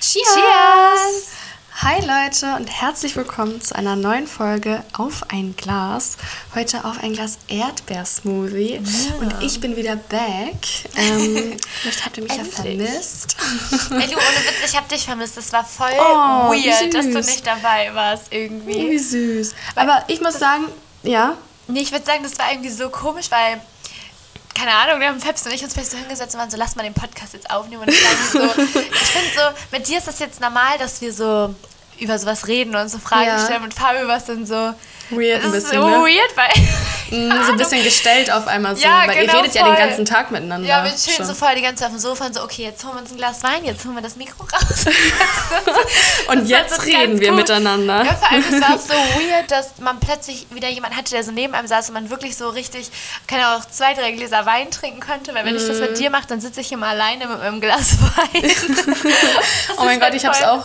Cheers! Hi Leute und herzlich willkommen zu einer neuen Folge Auf ein Glas. Heute auf ein Glas Erdbeersmoothie. Und ich bin wieder back. Vielleicht habt ihr mich ja vermisst. Ey, du, ohne Witz, ich hab dich vermisst. Das war voll weird, dass du nicht dabei warst irgendwie. Wie süß. Aber ich muss sagen, ja. Nee, ich würde sagen, das war irgendwie so komisch, weil... Keine Ahnung, wir haben Peps und ich uns vielleicht so hingesetzt und waren so, lass mal den Podcast jetzt aufnehmen. Und ich finde so, mit dir ist das jetzt normal, dass wir so über sowas reden und so Fragen stellen. Und Fabio war dann so... Weird ein bisschen, so weird, weil... so ein bisschen gestellt auf einmal so, ja, weil genau, ihr redet ja den ganzen Tag miteinander. Ja, wir chillen so voll die ganze Zeit auf dem Sofa und so, okay, jetzt holen wir uns ein Glas Wein, jetzt holen wir das Mikro raus. Und jetzt reden wir miteinander. Ja, vor allem, es war auch so weird, dass man plötzlich wieder jemanden hatte, der so neben einem saß und man wirklich so richtig, kann ja auch 2-3 Gläser Wein trinken könnte, weil wenn ich das mit dir mache, dann sitze ich immer alleine mit meinem Glas Wein. Oh mein Gott,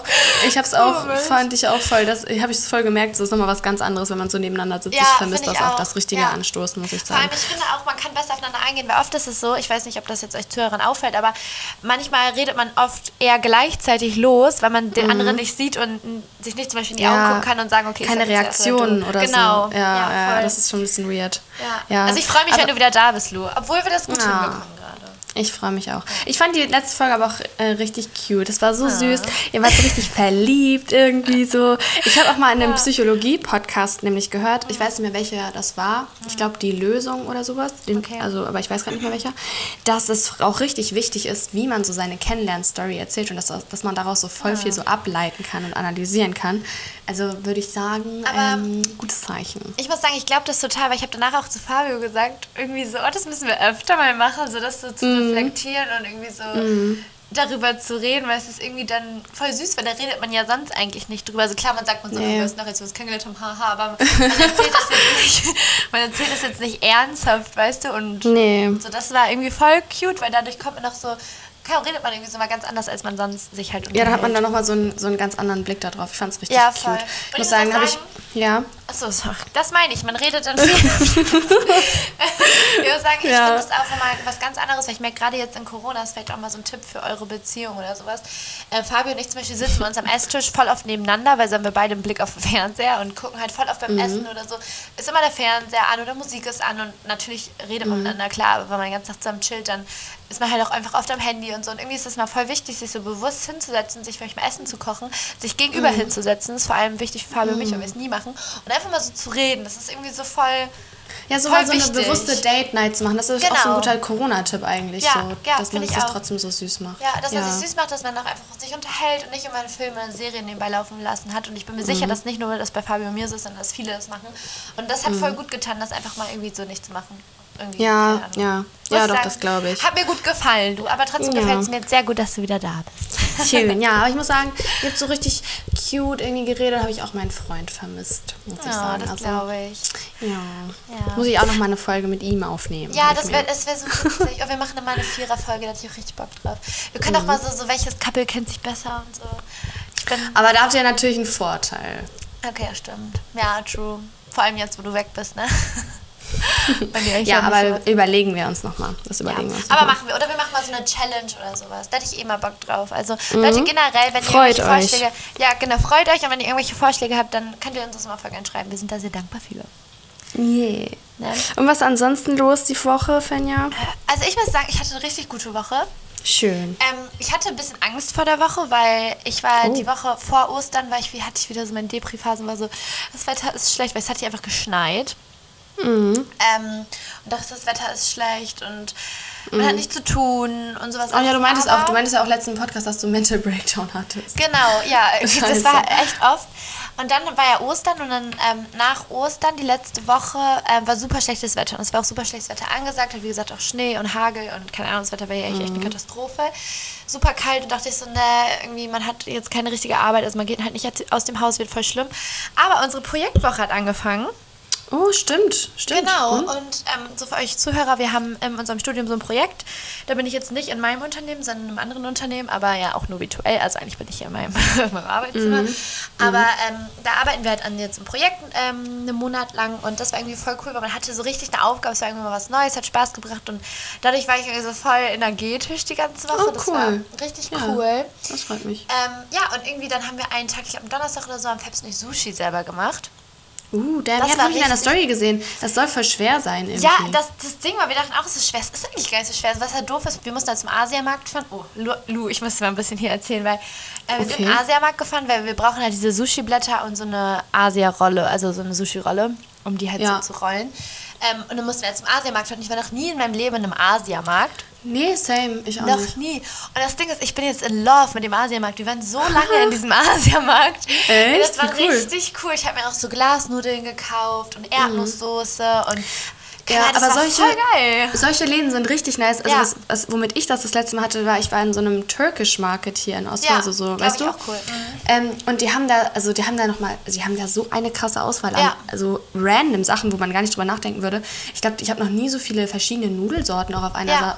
fand ich auch voll, habe ich voll gemerkt, so ist nochmal was ganz anderes, wenn man so nebeneinander sitzt. Ja, ich vermisse das auch, das richtige Anstoßen, muss ich sagen. Vor allem, ich finde auch, man kann besser aufeinander eingehen, weil oft ist es so, ich weiß nicht, ob das jetzt euch Zuhörern auffällt, aber manchmal redet man oft eher gleichzeitig los, weil man den anderen nicht sieht und sich nicht zum Beispiel in die Augen gucken kann und sagen, okay, keine Reaktionen oder genau. So. Ja, das ist schon ein bisschen weird. Ja. Also ich freue mich, wenn du wieder da bist, Lu, obwohl wir das gut hinbekommen gerade. Ich freue mich auch. Ich fand die letzte Folge aber auch richtig cute. Es war so süß. Ihr wart so richtig verliebt irgendwie so. Ich habe auch mal in einem Psychologie-Podcast nämlich gehört, ich weiß nicht mehr, welcher das war. Ich glaube, die Lösung oder sowas. Aber ich weiß gar nicht mehr welcher. Dass es auch richtig wichtig ist, wie man so seine Kennenlern-Story erzählt und dass man daraus so voll viel so ableiten kann und analysieren kann. Also würde ich sagen, gutes Zeichen. Ich muss sagen, ich glaube das total, weil ich habe danach auch zu Fabio gesagt, irgendwie so, das müssen wir öfter mal machen, so das so zu reflektieren und irgendwie so darüber zu reden, weil es ist irgendwie dann voll süß, weil da redet man ja sonst eigentlich nicht drüber. Also klar, man sagt man so, wir wissen noch, jetzt wir uns kennengelernt haben, haha, aber man erzählt das jetzt nicht ernsthaft, weißt du, und so, das war irgendwie voll cute, weil dadurch kommt man noch so, redet man irgendwie so mal ganz anders, als man sonst sich halt unterhält. Ja, da hat man dann nochmal so einen ganz anderen Blick da drauf. Ich fand's richtig voll. cute. Ich muss sagen, Achso, das meine ich. Man redet dann viel. Ich muss sagen, ich finde das auch immer was ganz anderes, weil ich merke, gerade jetzt in Corona ist vielleicht auch mal so ein Tipp für eure Beziehung oder sowas. Fabio und ich zum Beispiel sitzen bei uns am Esstisch voll oft nebeneinander, weil so haben wir beide einen Blick auf den Fernseher und gucken halt voll oft beim Essen oder so. Ist immer der Fernseher an oder Musik ist an und natürlich redet man miteinander, klar, aber wenn man den ganzen Tag zusammen chillt, dann ist man halt auch einfach oft am Handy und so. Und irgendwie ist es mal voll wichtig, sich so bewusst hinzusetzen, sich vielleicht mal Essen zu kochen, sich gegenüber hinzusetzen. Das ist vor allem wichtig für Fabio und mich, weil wir es nie machen. Und einfach mal so zu reden, das ist irgendwie so voll. Ja, so mal so eine bewusste Date-Night zu machen, das ist auch so ein guter Corona-Tipp eigentlich, dass man es sich trotzdem so süß macht. Ja, dass man sich süß macht, dass man auch einfach sich unterhält und nicht immer einen Film oder eine Serie nebenbei laufen lassen hat. Und ich bin mir sicher, dass nicht nur das bei Fabio und mir so ist, sondern dass viele das machen. Und das hat voll gut getan, das einfach mal irgendwie so nicht zu machen. Irgendwie, das glaube ich. Hat mir gut gefallen, du, aber trotzdem gefällt es mir jetzt sehr gut, dass du wieder da bist. Schön, ja, aber ich muss sagen, ihr habt so richtig cute irgendwie geredet, habe ich auch meinen Freund vermisst, muss ich sagen. Das glaube ich. Ja. Muss ich auch noch mal eine Folge mit ihm aufnehmen. Ja, das wär so witzig. Und wir machen dann mal eine 4er-Folge, da hatte ich auch richtig Bock drauf. Wir können auch mal so, welches Couple kennt sich besser und so. Aber da habt ihr natürlich einen Vorteil. Okay, ja, stimmt. Ja, true. Vor allem jetzt, wo du weg bist, ne? Aber überlegen wir uns nochmal. Aber machen wir. Oder wir machen mal so eine Challenge oder sowas. Da hätte ich mal Bock drauf. Also Leute, generell, wenn ihr irgendwelche Vorschläge... Ja, genau, freut euch. Und wenn ihr irgendwelche Vorschläge habt, dann könnt ihr uns das mal voll gerne schreiben. Wir sind da sehr dankbar für. Yeah. Ne? Und was ansonsten los die Woche, Fenja? Also ich muss sagen, ich hatte eine richtig gute Woche. Schön. Ich hatte ein bisschen Angst vor der Woche, weil ich war die Woche vor Ostern, hatte ich wieder so meine Depri-Phasen, war so, das Wetter ist schlecht, weil es hat hier einfach geschneit. Und dachte, das Wetter ist schlecht und man hat nichts zu tun und sowas. Oh ja, du meintest ja auch letzten Podcast, dass du Mental Breakdown hattest. Genau, ja, das war echt oft. Und dann war ja Ostern und dann nach Ostern, die letzte Woche, war super schlechtes Wetter. Und es war auch super schlechtes Wetter angesagt, hat wie gesagt auch Schnee und Hagel und keine Ahnung, das Wetter war ja echt eine Katastrophe. Super kalt und dachte ich so, irgendwie man hat jetzt keine richtige Arbeit, also man geht halt nicht aus dem Haus, wird voll schlimm. Aber unsere Projektwoche hat angefangen. Oh, stimmt. Genau, und so für euch Zuhörer, wir haben in unserem Studium so ein Projekt, da bin ich jetzt nicht in meinem Unternehmen, sondern in einem anderen Unternehmen, aber ja auch nur virtuell, also eigentlich bin ich hier in meinem Arbeitszimmer, aber da arbeiten wir halt an jetzt einem Projekt einen Monat lang und das war irgendwie voll cool, weil man hatte so richtig eine Aufgabe, es war irgendwie mal was Neues, hat Spaß gebracht und dadurch war ich irgendwie so voll energetisch die ganze Woche, das war richtig cool. Das freut mich. Ja, und irgendwie dann haben wir einen Tag, ich glaube am Donnerstag oder so, am Pepsi nicht Sushi selber gemacht. Ich habe in einer Story gesehen. Das soll voll schwer sein irgendwie. Ja, das Ding war, wir dachten auch, es ist schwer. Es ist eigentlich gar nicht so schwer. Was halt doof ist, wir mussten halt zum Asiamarkt fahren. Oh, Lu, ich muss mal ein bisschen hier erzählen, weil wir sind in den Asiamarkt gefahren, weil wir brauchen halt diese Sushi-Blätter und so eine Asia-Rolle, also so eine Sushi-Rolle, um die halt so zu rollen. Und dann mussten wir jetzt zum Asiamarkt fahren. Ich war noch nie in meinem Leben in einem Asiamarkt. Nee, same. Ich auch noch nicht. Nie. Und das Ding ist, ich bin jetzt in love mit dem Asiamarkt. Wir waren so lange in diesem Asiamarkt. Echt? Das war richtig cool. Ich habe mir auch so Glasnudeln gekauft und Erdnusssoße und aber voll geil. Solche Läden sind richtig nice. Also womit ich das letzte Mal hatte, ich war in so einem Turkish Market hier in Oslo, also so, weißt du? Auch cool. Und die haben da so eine krasse Auswahl an, also random Sachen, wo man gar nicht drüber nachdenken würde. Ich glaube, ich habe noch nie so viele verschiedene Nudelsorten auch auf einer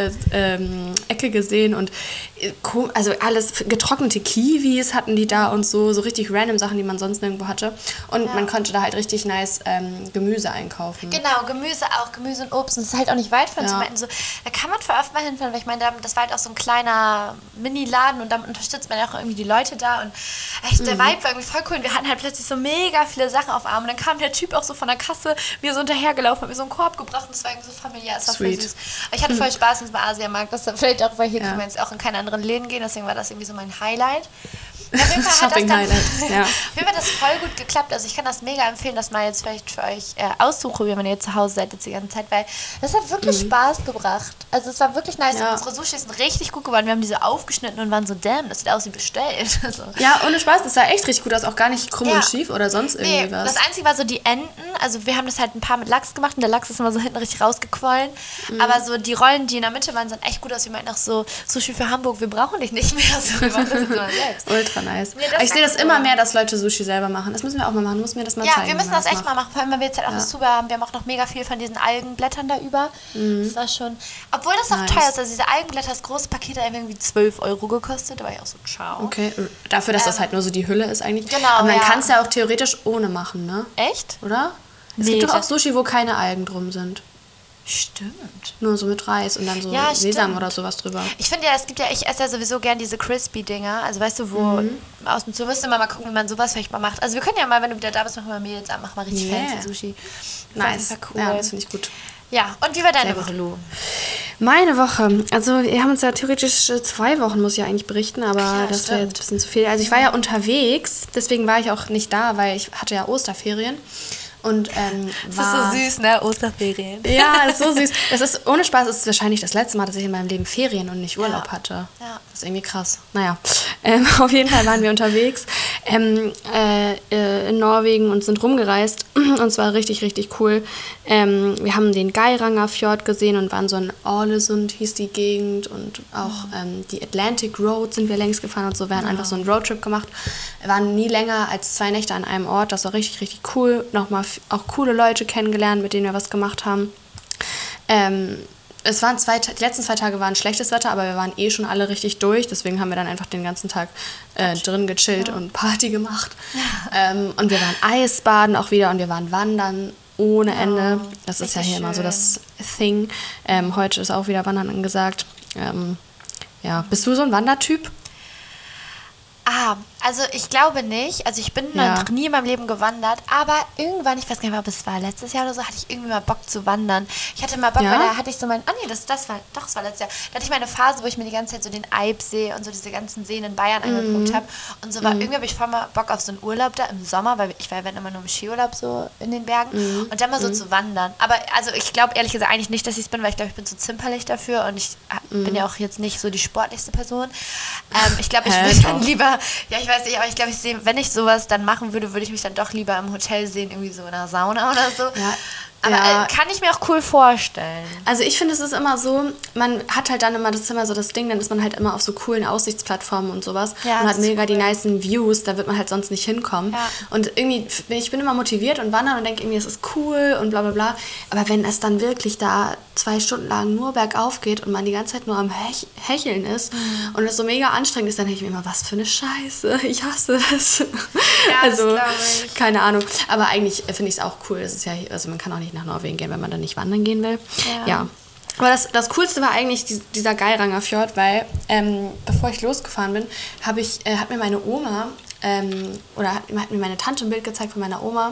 Ecke gesehen und also alles, getrocknete Kiwis hatten die da und so richtig random Sachen, die man sonst nirgendwo hatte. Und man konnte da halt richtig nice Gemüse einkaufen. Genau, Gemüse und Obst. Und das ist halt auch nicht weit von uns. So, da kann man voll oft mal hinfahren, weil ich meine, das war halt auch so ein kleiner Mini-Laden und damit unterstützt man ja auch irgendwie die Leute da. Und echt, der Vibe war irgendwie voll cool. Und wir hatten halt plötzlich so mega viele Sachen auf Arm. Und dann kam der Typ auch so von der Kasse mir so hinterhergelaufen, hat mir so einen Korb gebracht und das war irgendwie so familiär. Das war voll süß. Aber ich hatte voll Spaß in diesem Asiamarkt. Das vielleicht auch, weil hier können wir jetzt auch in keine anderen Läden gehen. Deswegen war das irgendwie so mein Highlight. Auf jeden Fall hat das voll gut geklappt. Also ich kann das mega empfehlen, das mal jetzt vielleicht für euch auszuprobieren, wenn ihr zu Hause seid jetzt die ganze Zeit, weil das hat wirklich Spaß gebracht. Also es war wirklich nice und unsere Sushi sind richtig gut geworden. Wir haben diese aufgeschnitten und waren so, damn, das sieht aus wie bestellt. Also. Ja, ohne Spaß, das sah echt richtig gut aus, auch gar nicht krumm und schief oder sonst irgendwie was. Das Einzige war so die Enden, also wir haben das halt ein paar mit Lachs gemacht und der Lachs ist immer so hinten richtig rausgequollen, aber so die Rollen, die in der Mitte waren, sahen echt gut aus. Wir meinten auch so, Sushi für Hamburg, wir brauchen dich nicht mehr, so, wir machen das jetzt immer selbst. Ultra nice. Ich sehe das immer mehr, dass Leute Sushi selber machen. Das müssen wir auch mal machen. Du musst mir das mal zeigen. Ja, wir müssen das echt mal machen. Vor allem, wenn wir jetzt halt auch das Zuber haben. Wir haben auch noch mega viel von diesen Algenblättern da über. Das war schon... Obwohl das auch teuer ist. Also diese Algenblätter, das große Paket hat irgendwie 12 € gekostet. Da war ich auch so, ciao. Okay, dafür, dass das halt nur so die Hülle ist eigentlich. Genau, aber man kann es ja auch theoretisch ohne machen, ne? Echt? Oder? Es gibt doch auch Sushi, wo keine Algen drum sind. Stimmt. Nur so mit Reis und dann so Sesam oder sowas drüber. Ich finde ja, ich esse ja sowieso gern diese Crispy-Dinger. Also weißt du, wo außen zu müsste man mal gucken, wie man sowas vielleicht mal macht. Also wir können ja mal, wenn du wieder da bist, machen wir Meals an, machen mal richtig fancy Sushi. Nice. Cool. Ja, das finde ich gut. Ja, und wie war deine Woche, Lu? Meine Woche, also wir haben uns ja theoretisch 2 Wochen, muss ich ja eigentlich berichten, aber das wäre jetzt ein bisschen zu viel. Also ich war ja unterwegs, deswegen war ich auch nicht da, weil ich hatte ja Osterferien. Und, das ist so süß, ne? Osterferien. Ja, ist so süß. Das ist, ohne Spaß, ist wahrscheinlich das letzte Mal, dass ich in meinem Leben Ferien und nicht Urlaub hatte. Ja. Das ist irgendwie krass. Naja, auf jeden Fall waren wir unterwegs in Norwegen und sind rumgereist. Und es war richtig, richtig cool. Wir haben den Geiranger Fjord gesehen und waren so in Ålesund, hieß die Gegend. Und auch die Atlantic Road sind wir längs gefahren und so. Wir haben einfach so einen Roadtrip gemacht. Wir waren nie länger als 2 Nächte an einem Ort. Das war richtig, richtig cool. Nochmal auch coole Leute kennengelernt, mit denen wir was gemacht haben. Es waren die letzten 2 Tage waren schlechtes Wetter, aber wir waren schon alle richtig durch. Deswegen haben wir dann einfach den ganzen Tag drin gechillt und Party gemacht. Und wir waren Eisbaden auch wieder und wir waren wandern ohne Ende. Das ist ja hier immer so das Thing. Heute ist auch wieder Wandern angesagt. Bist du so ein Wandertyp? Also ich glaube nicht. Also ich bin noch nie in meinem Leben gewandert, aber irgendwann, ich weiß gar nicht, ob es war letztes Jahr oder so, hatte ich irgendwie mal Bock zu wandern. Ich hatte mal Bock, weil da hatte ich so es war letztes Jahr. Da hatte ich mal eine Phase, wo ich mir die ganze Zeit so den Eibsee und so diese ganzen Seen in Bayern angeguckt habe. Und so irgendwie habe ich voll mal Bock auf so einen Urlaub da im Sommer, weil ich war ja immer nur im Skiurlaub so in den Bergen und dann mal so zu wandern. Aber also ich glaube ehrlich gesagt eigentlich nicht, dass ich es bin, weil ich glaube, ich bin zu zimperlich dafür und ich bin ja auch jetzt nicht so die sportlichste Person. Ich glaube, ich würde dann lieber, ich weiß nicht, aber ich glaube, wenn ich sowas dann machen würde, würde ich mich dann doch lieber im Hotel sehen, irgendwie so in einer Sauna oder so. Ja, Aber kann ich mir auch cool vorstellen. Also ich finde, es ist immer so, man hat halt dann immer, das ist immer so das Ding, dann ist man halt immer auf so coolen Aussichtsplattformen und sowas. Ja, und hat mega cool. Die nicen Views, da wird man halt sonst nicht hinkommen. Ja. Und irgendwie, ich bin immer motiviert und wandere und denke irgendwie, es ist cool und bla bla bla. Aber wenn es dann wirklich da 2 Stunden lang nur bergauf geht und man die ganze Zeit nur am Hecheln ist und es so mega anstrengend ist, dann denke ich mir immer, was für eine Scheiße, ich hasse das. Ja, also, das glaube ich. Keine Ahnung. Aber eigentlich finde ich es auch cool, das ist ja, also man kann auch nicht nach Norwegen gehen, wenn man da nicht wandern gehen will. Ja. Aber das Coolste war eigentlich dieser Geiranger Fjord, weil bevor ich losgefahren bin, hat mir meine Oma hat mir meine Tante ein Bild gezeigt von meiner Oma,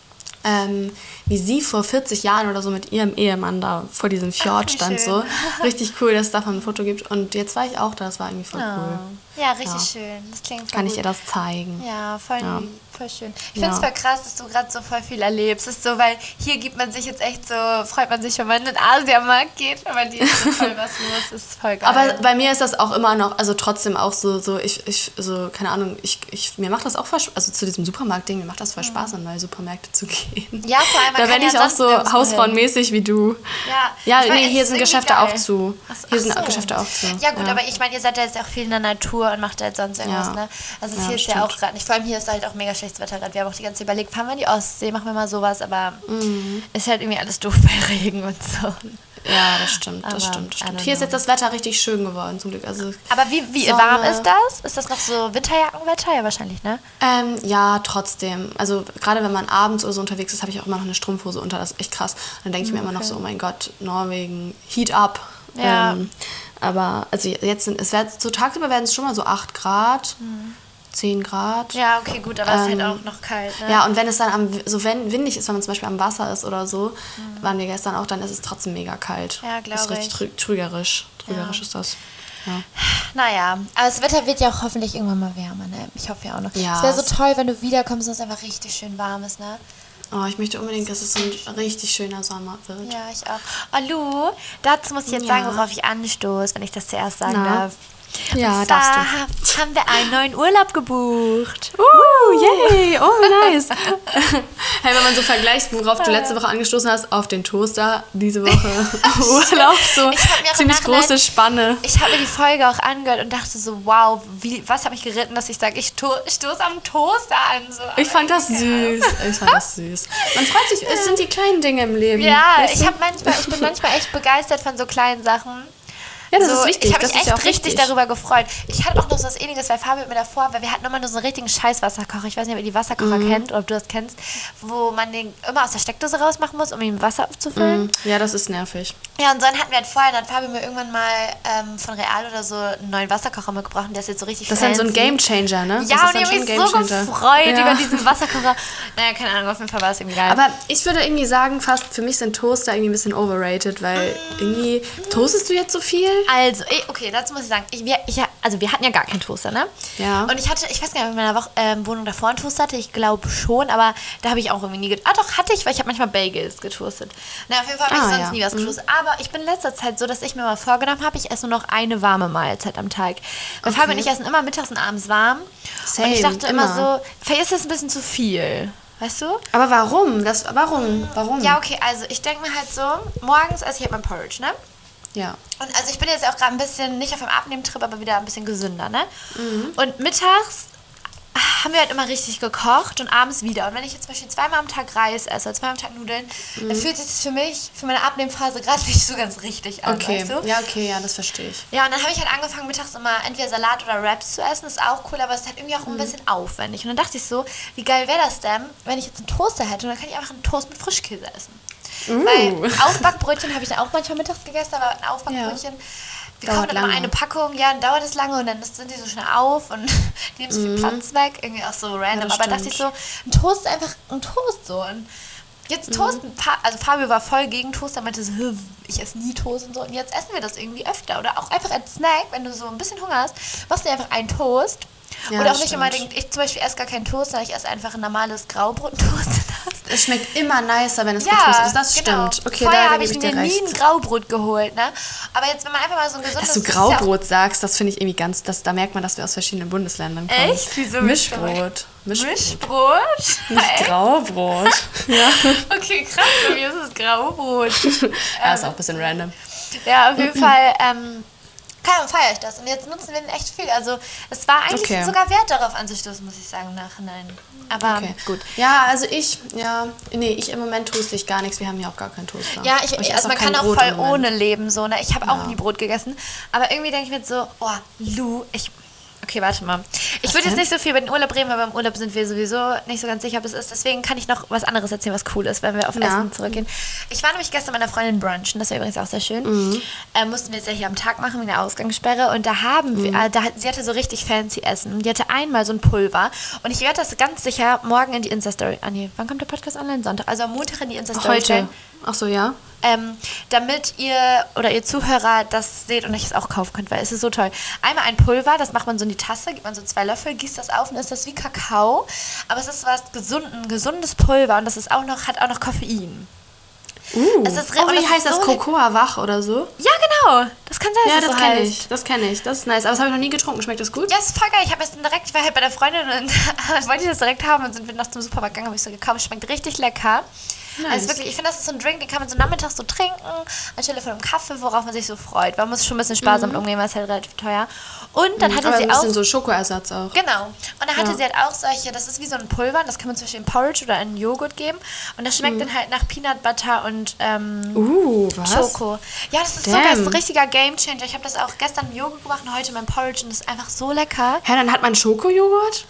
wie sie vor 40 Jahren oder so mit ihrem Ehemann da vor diesem Fjord stand. So. Richtig cool, dass es davon ein Foto gibt. Und jetzt war ich auch da, das war irgendwie voll cool. Ja, richtig schön. Das klingt voll Kann gut. Ich ihr das zeigen. Ja, voll schön. Ich finde es voll krass, dass du gerade so voll viel erlebst. Das ist so, weil hier gibt man sich jetzt echt so, freut man sich, wenn man in den Asiamarkt geht, wenn man die ist so voll was los ist, voll geil. Aber bei mir ist das auch immer noch, also trotzdem auch so keine Ahnung, mir macht das auch voll, also zu diesem Supermarkt-Ding, mir macht das voll Spaß, in neue Supermärkte zu gehen. Ja, vor allem, da bin ich auch so hausfrauenmäßig wie du. Ja, nee, hier sind Geschäfte geil. Auch zu. Hier sind Geschäfte auch zu. Ja gut, aber ich meine, ihr seid ja jetzt auch viel in der Natur und macht halt sonst irgendwas, ne? Also hier ist ja auch gerade nicht, vor allem hier ist halt auch mega schlechtes Wetter gerade. Wir haben auch die ganze Zeit überlegt, fahren wir in die Ostsee, machen wir mal sowas, aber ist halt irgendwie alles doof bei Regen und so. Ja, das stimmt. Hier ist jetzt das Wetter richtig schön geworden, zum Glück. Also aber wie warm ist das? Ist das noch so Winterjackenwetter? Ja, wahrscheinlich, ne? Ja, trotzdem. Also gerade wenn man abends oder so unterwegs ist, habe ich auch immer noch eine Strumpfhose unter. Das ist echt krass. Dann denke ich mir immer noch so, oh mein Gott, Norwegen, Heat up. Ja. Aber also jetzt so tagsüber werden es schon mal so 8 Grad. 10 Grad. Ja, okay, gut, aber es ist halt auch noch kalt, ne? Ja, und wenn es dann windig ist, wenn man zum Beispiel am Wasser ist oder so, waren wir gestern auch, dann ist es trotzdem mega kalt. Ja, glaube ich. Das ist richtig trügerisch. Trügerisch ist das. Ja. Naja, aber das Wetter wird ja auch hoffentlich irgendwann mal wärmer, ne? Ich hoffe ja auch noch. Es wäre so toll, wenn du wiederkommst und es einfach richtig schön warm ist, ne? Oh, ich möchte unbedingt, dass es so ein richtig schöner Sommer wird. Ja, ich auch. Oh, Lu, dazu muss ich jetzt sagen, worauf ich anstoße, wenn ich das zuerst sagen darf. Ja, und zwar haben wir einen neuen Urlaub gebucht. Yay! Oh, nice. Hey, wenn man so vergleicht, worauf du letzte Woche angestoßen hast, auf den Toaster, diese Woche Urlaub, so ziemlich große Spanne. Ich habe mir die Folge auch angehört und dachte so, wow, was habe ich geritten, dass ich sage, ich stoße am Toaster an. So. Ich fand das süß. Man freut sich, es sind die kleinen Dinge im Leben. Ja, ich bin manchmal echt begeistert von so kleinen Sachen. Ja, das ist wichtig. Ich habe mich echt richtig darüber gefreut. Ich hatte auch noch so was Ähnliches, weil Fabio mir davor, weil wir hatten immer nur so einen richtigen Scheiß-Wasserkocher. Ich weiß nicht, ob ihr die Wasserkocher kennt oder ob du das kennst, wo man den immer aus der Steckdose rausmachen muss, um ihm Wasser aufzufüllen. Ja, das ist nervig. Ja, und so einen hatten wir halt vorher. Dann hat Fabio mir irgendwann mal von Real oder so einen neuen Wasserkocher mitgebracht und der ist jetzt so richtig Das ist dann so ein Gamechanger, ne? Ja, und ich habe mich so gefreut über diesen Wasserkocher. Naja, keine Ahnung, auf jeden Fall war es irgendwie geil. Aber ich würde irgendwie sagen, fast für mich sind Toaster irgendwie ein bisschen overrated, weil irgendwie, toastest du jetzt so viel? Also, okay, dazu muss ich sagen, wir hatten ja gar keinen Toaster, ne? Ja. Und ich weiß gar nicht, ob ich in meiner Wohnung davor einen Toaster hatte, ich glaube schon, aber da habe ich auch irgendwie nie doch, hatte ich, weil ich habe manchmal Bagels getoastet. Na, auf jeden Fall habe ich sonst nie was getoastet. Aber ich bin in letzter Zeit so, dass ich mir mal vorgenommen habe, ich esse nur noch eine warme Mahlzeit am Tag. Weil Fabio und ich essen immer mittags und abends warm. Und ich dachte immer so, vielleicht ist das ein bisschen zu viel. Weißt du? Aber warum? Warum? Ja, okay, also ich denke mir halt so, morgens esse ich halt mein Porridge, ne? Ja. Und also ich bin jetzt auch gerade ein bisschen, nicht auf dem Abnehmtrip, aber wieder ein bisschen gesünder, ne? Und mittags haben wir halt immer richtig gekocht und abends wieder. Und wenn ich jetzt zum Beispiel 2-mal am Tag Reis esse, 2-mal am Tag Nudeln, dann fühlt sich das für meine Abnehmphase gerade nicht so ganz richtig an, weißt du? Ja, okay, ja, das verstehe ich. Ja, und dann habe ich halt angefangen, mittags immer entweder Salat oder Wraps zu essen. Das ist auch cool, aber es ist halt irgendwie auch ein bisschen aufwendig. Und dann dachte ich so, wie geil wäre das denn, wenn ich jetzt einen Toaster hätte und dann kann ich einfach einen Toast mit Frischkäse essen. Weil Aufbackbrötchen habe ich dann auch manchmal mittags gegessen, aber ein Aufbackbrötchen, wir kaufen dann immer eine Packung, ja, dann dauert es lange und dann sind die so schnell auf und die nehmen so viel Platz weg, irgendwie auch so random. Aber dachte ich so, ein Toast ist einfach ein Toast so. Und jetzt toasten, also Fabio war voll gegen Toast, er meinte so, ich esse nie Toast und so. Und jetzt essen wir das irgendwie öfter. Oder auch einfach als Snack, wenn du so ein bisschen Hunger hast, machst du dir einfach einen Toast. Ja, oder auch nicht unbedingt, ich zum Beispiel esse gar keinen Toast, sondern ich esse einfach ein normales Graubrot-Toast. Es schmeckt immer nicer, wenn es getoastet ist. Das stimmt. Okay, vorher da habe gebe ich ich dir mir nie recht. ein Graubrot geholt, ne? Aber jetzt, wenn man einfach mal so ein gesundes... Dass du Graubrot sagst, das finde ich irgendwie ganz... Da merkt man, dass wir aus verschiedenen Bundesländern kommen. Echt? Wieso? Mischbrot. Mischbrot? Nicht Graubrot. Ja. Okay, krass. Bei mir ist es Graubrot. Ja, ist auch ein bisschen random. Ja, auf jeden Fall... feiere ich das. Und jetzt nutzen wir den echt viel. Also es war eigentlich sogar wert, darauf anzustoßen, muss ich sagen, im Nachhinein. Aber gut. Ja, also ich im Moment toaste ich gar nichts. Wir haben hier auch gar keinen Toaster. Ja, also man kann auch voll ohne leben. So, ne? Ich habe auch nie Brot gegessen. Aber irgendwie denke ich mir so, oh, Lou, okay, warte mal. Ich würde jetzt nicht so viel über den Urlaub reden, weil beim Urlaub sind wir sowieso nicht so ganz sicher, ob es ist. Deswegen kann ich noch was anderes erzählen, was cool ist, wenn wir auf Essen zurückgehen. Ich war nämlich gestern mit meiner Freundin brunchen, das war übrigens auch sehr schön. Mussten wir jetzt ja hier am Tag machen, wegen der Ausgangssperre. Und da haben wir, sie hatte so richtig fancy Essen. Die hatte einmal so ein Pulver. Und ich werde das ganz sicher morgen in die Insta-Story... wann kommt der Podcast online? Sonntag. Also am Montag in die Insta-Story stellen. Ach so, ja. Damit ihr oder ihr Zuhörer das seht und euch das auch kaufen könnt, weil es ist so toll. Einmal ein Pulver, das macht man so in die Tasse, gibt man so 2 Löffel, gießt das auf und ist das wie Kakao. Aber es ist ein gesundes Pulver und das ist hat auch noch Koffein. Wie heißt das? Cocoa wach oder so? Ja, genau. Das kann sein, dass das kenne ich. Das kenne ich. Das ist nice. Aber das habe ich noch nie getrunken. Schmeckt das gut? Ja, ist voll geil. Ich war halt bei der Freundin und wollte das direkt haben und sind wir noch zum Supermarkt gegangen, habe ich so gekauft. Schmeckt richtig lecker. Nice. Also wirklich, ich finde, das ist so ein Drink, den kann man so nachmittags so trinken, anstelle von einem Kaffee, worauf man sich so freut. Man muss schon ein bisschen sparsam umgehen, weil es halt relativ teuer. Und dann hatte sie ein bisschen so Schokoersatz auch. Genau. Und dann hatte sie halt auch solche, das ist wie so ein Pulver, das kann man zum Beispiel in Porridge oder in Joghurt geben. Und das schmeckt dann halt nach Peanut Butter und was? Schoko. Ja, das ist so geil, das ist ein richtiger Gamechanger. Ich habe das auch gestern im Joghurt gemacht und heute mein Porridge und das ist einfach so lecker. Ja, dann hat man Schokojoghurt?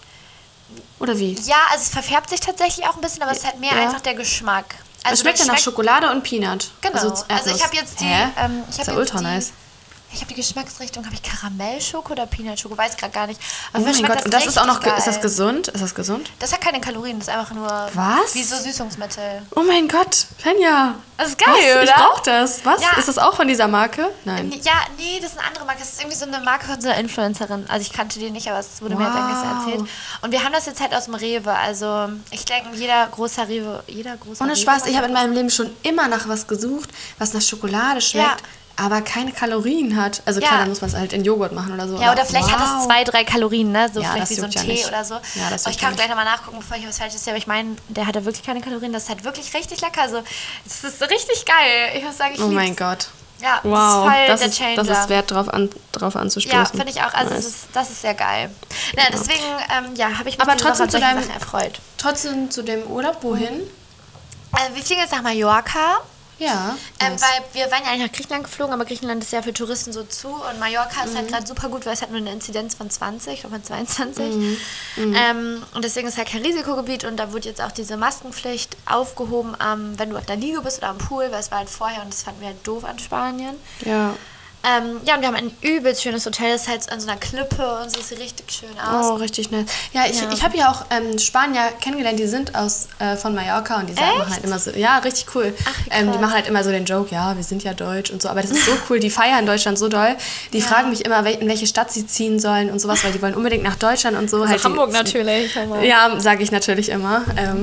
Oder wie? Ja, also es verfärbt sich tatsächlich auch ein bisschen, aber es ist halt mehr einfach der Geschmack. Also es schmeckt ja nach Schokolade und Peanut. Genau. Also ich habe jetzt die... das ist ja ultra nice. Ich habe die Geschmacksrichtung, habe ich Karamellschoko oder Peanutschoko, weiß gerade gar nicht. Aber oh mein Gott, und das ist auch noch, geil. Ist das gesund? Ist das gesund? Das hat keine Kalorien, das ist einfach nur wie so Süßungsmittel. Oh mein Gott, Fenja. Das ist geil, oder? Ich brauche das. Was? Ja. Ist das auch von dieser Marke? Nein. Ja, nee, das ist eine andere Marke. Das ist irgendwie so eine Marke von so einer Influencerin. Also ich kannte die nicht, aber es wurde mir jetzt gestern erzählt. Und wir haben das jetzt halt aus dem Rewe. Also ich denke, jeder große Rewe... Ohne Spaß, ich habe in meinem Leben schon immer nach was gesucht, was nach Schokolade schmeckt. Aber keine Kalorien hat. Also klar, dann muss man es halt in Joghurt machen oder so. Ja, oder vielleicht hat es 2, 3 Kalorien, ne? So vielleicht wie so ein Tee nicht. Oder so. Ja, das ich kann gleich nochmal nachgucken, bevor ich was Falsches sehe. Aber ich meine, der hat ja wirklich keine Kalorien. Das ist halt wirklich richtig lecker. Also, das ist richtig geil. Ich muss sagen, ich lieb's. Oh mein Gott. Ja, wow, das ist voll der Changer. Das ist wert, drauf anzustoßen. Ja, finde ich auch. Also das ist sehr geil. Ja, deswegen, habe ich mich trotzdem zu Sachen erfreut. Trotzdem zu dem Urlaub, wohin? Wir fliegen jetzt nach Mallorca. Ja. Weil wir waren ja eigentlich nach Griechenland geflogen, aber Griechenland ist ja für Touristen so zu und Mallorca ist halt gerade super gut, weil es hat nur eine Inzidenz von 20, ich glaube von 22. Und deswegen ist halt kein Risikogebiet und da wurde jetzt auch diese Maskenpflicht aufgehoben, wenn du auf der Liege bist oder am Pool, weil es war halt vorher und das fanden wir halt doof an Spanien. Ja. Und wir haben ein übelst schönes Hotel, das ist halt an so einer Klippe und sieht richtig schön aus. Oh, richtig nett. Ja, ich habe ja auch Spanier kennengelernt, die sind von Mallorca und die sagen halt immer so, ja, richtig cool. Ach, die machen halt immer so den Joke, ja, wir sind ja deutsch und so, aber das ist so cool, die feiern Deutschland so doll. Die fragen mich immer, in welche Stadt sie ziehen sollen und sowas, weil die wollen unbedingt nach Deutschland und so. Also halt Hamburg natürlich. Ja, sage ich natürlich immer.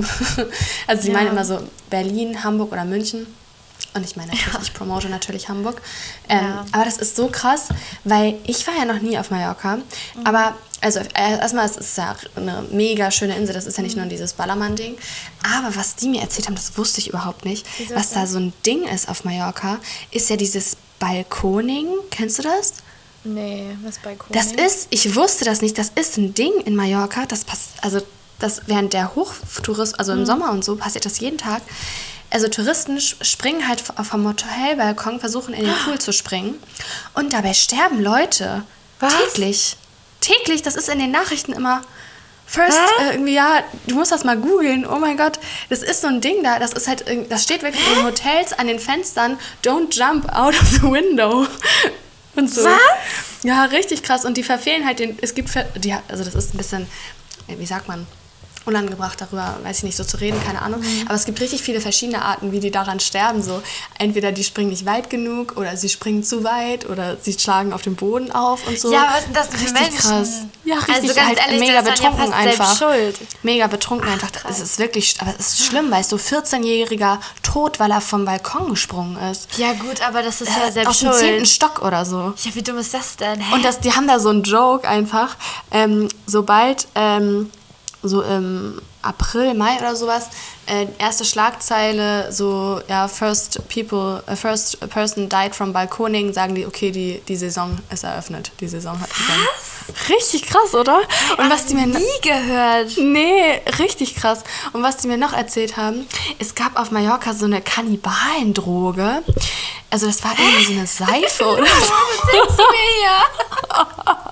Also sie meinen immer so Berlin, Hamburg oder München. Und ich meine natürlich, ich promote natürlich Hamburg. Aber das ist so krass, weil ich war ja noch nie auf Mallorca. Aber also erstmal, es ist ja eine mega schöne Insel. Das ist ja nicht nur dieses Ballermann-Ding. Aber was die mir erzählt haben, das wusste ich überhaupt nicht. Wieso was da so ein Ding ist auf Mallorca, ist ja dieses Balkoning. Kennst du das? Nee, was Balkoning? Ich wusste das nicht, das ist ein Ding in Mallorca. Das während der Hochtourismus, also im Sommer und so, passiert das jeden Tag. Also Touristen springen halt vom Hotelbalkon, versuchen in den Pool zu springen. Und dabei sterben Leute. Was? Täglich, das ist in den Nachrichten immer. Irgendwie, du musst das mal googeln. Oh mein Gott, das ist so ein Ding da. Das ist halt, das steht wirklich in Hotels an den Fenstern. Don't jump out of the window. Und so. Was? Ja, richtig krass. Und die verfehlen halt also das ist ein bisschen, wie sagt man? unangebracht darüber, weiß ich nicht, so zu reden, keine Ahnung. Aber es gibt richtig viele verschiedene Arten, wie die daran sterben. So, entweder die springen nicht weit genug oder sie springen zu weit oder sie schlagen auf dem Boden auf und so. Ja, was sind das für Menschen? Krass. Ja, richtig, also ganz halt ehrlich, mega das ist dann ja betrunken fast einfach. selbst schuld. Mega betrunken einfach. Es ist wirklich, aber es ist schlimm, weil es so 14-jähriger tot, weil er vom Balkon gesprungen ist. Ja gut, aber das ist ja selbst Aus dem schuld. 10. Stock oder so. Ja, wie dumm ist das denn? Hä? Und die haben da so einen Joke einfach, sobald so im April, Mai oder sowas, erste Schlagzeile, so, ja, first person died from balconing, sagen die, okay, die Saison ist eröffnet. Die Saison hat begonnen. Richtig krass, oder? Und was die mir nie gehört. Nee, richtig krass. Und was die mir noch erzählt haben, es gab auf Mallorca so eine Kannibalendroge. Also das war irgendwie so eine Seife oder so. Was denkst du mir hier?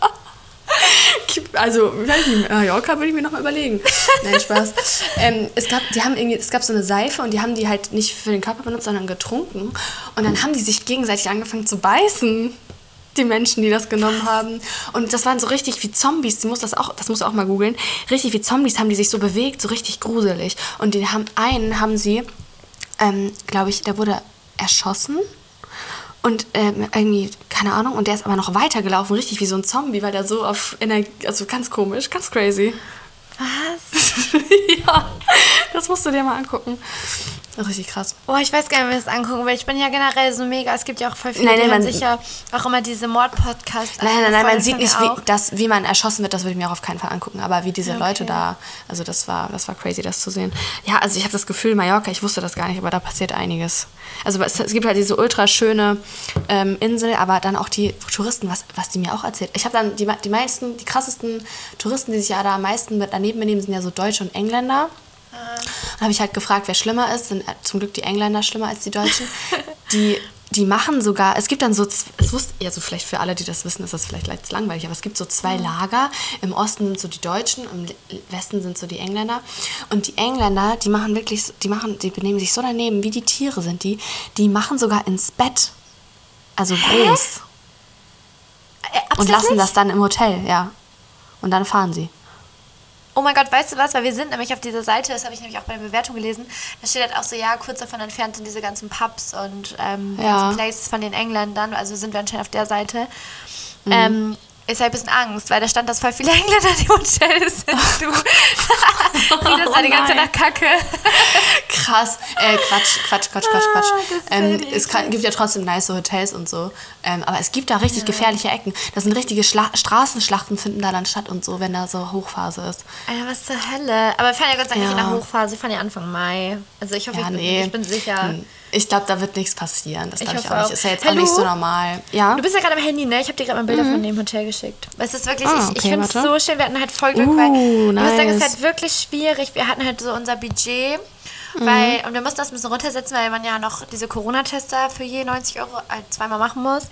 Also, weiß nicht, Mallorca würde ich mir noch mal überlegen. Nein, Spaß. Es gab so eine Seife und die haben die halt nicht für den Körper benutzt, sondern getrunken. Und dann haben die sich gegenseitig angefangen zu beißen. Die Menschen, die das genommen haben. Und das waren so richtig wie Zombies. Das musst du auch mal googeln. Richtig wie Zombies haben die sich so bewegt, so richtig gruselig. Und einen haben sie, glaube ich, der wurde erschossen. Und irgendwie, keine Ahnung, und der ist aber noch weitergelaufen, richtig wie so ein Zombie, weil der so auf Energie, also ganz komisch, ganz crazy. Was? Ja, das musst du dir mal angucken. Richtig krass. Oh, ich weiß gar nicht, wie ich das angucken will. Ich bin ja generell so mega, es gibt ja auch voll viele, die hören sicher auch immer diese Mord-Podcasts. Nein, man sieht nicht, wie man erschossen wird, das würde ich mir auch auf keinen Fall angucken. Aber wie diese Leute da, also das war crazy, das zu sehen. Ja, also ich habe das Gefühl, Mallorca, ich wusste das gar nicht, aber da passiert einiges. Also es gibt halt diese ultra schöne Insel, aber dann auch die Touristen, was die mir auch erzählt. Ich habe dann die krassesten Touristen, die sich ja da am meisten daneben benehmen, sind ja so Deutsche und Engländer. Dann habe ich halt gefragt, wer schlimmer ist. Sind zum Glück die Engländer schlimmer als die Deutschen. Die machen sogar, es gibt dann so, vielleicht für alle, die das wissen, ist das vielleicht leicht langweilig, aber es gibt so 2 Lager. Im Osten sind so die Deutschen, im Westen sind so die Engländer. Und die Engländer, die benehmen sich so daneben, wie die Tiere sind. Die machen sogar ins Bett. Also groß. Und lassen das dann im Hotel, ja. Und dann fahren sie. Oh mein Gott, weißt du was? Weil wir sind nämlich auf dieser Seite, das habe ich nämlich auch bei der Bewertung gelesen, da steht halt auch so, ja, kurz davon entfernt sind diese ganzen Pubs und ganzen Places von den Engländern, also sind wir anscheinend auf der Seite. Ist halt ein bisschen Angst, weil da stand, dass voll viele Engländer in den Hotels sind. Sieht das da die ganze Zeit nach Kacke. Krass. Quatsch. Es gibt ja trotzdem nice Hotels und so. Aber es gibt da richtig gefährliche Ecken. Das sind richtige Straßenschlachten finden da dann statt und so, wenn da so Hochphase ist. Alter, was zur Hölle. Aber wir fahren ja Gott sei Dank nicht in der Hochphase, wir fahren ja Anfang Mai. Also ich hoffe, ich bin sicher. Ich glaube, da wird nichts passieren. Das glaube ich auch nicht. Ist ja jetzt auch nicht so normal. Ja? Du bist ja gerade am Handy, ne? Ich habe dir gerade mal Bilder von dem Hotel geschickt. Es ist wirklich, ich finde es so schön. Wir hatten halt voll Glück, weil ich muss sagen, es ist halt wirklich schwierig. Wir hatten halt so unser Budget, und wir mussten das ein bisschen runtersetzen, weil man ja noch diese Corona-Tester für je 90 € halt 2-mal machen muss.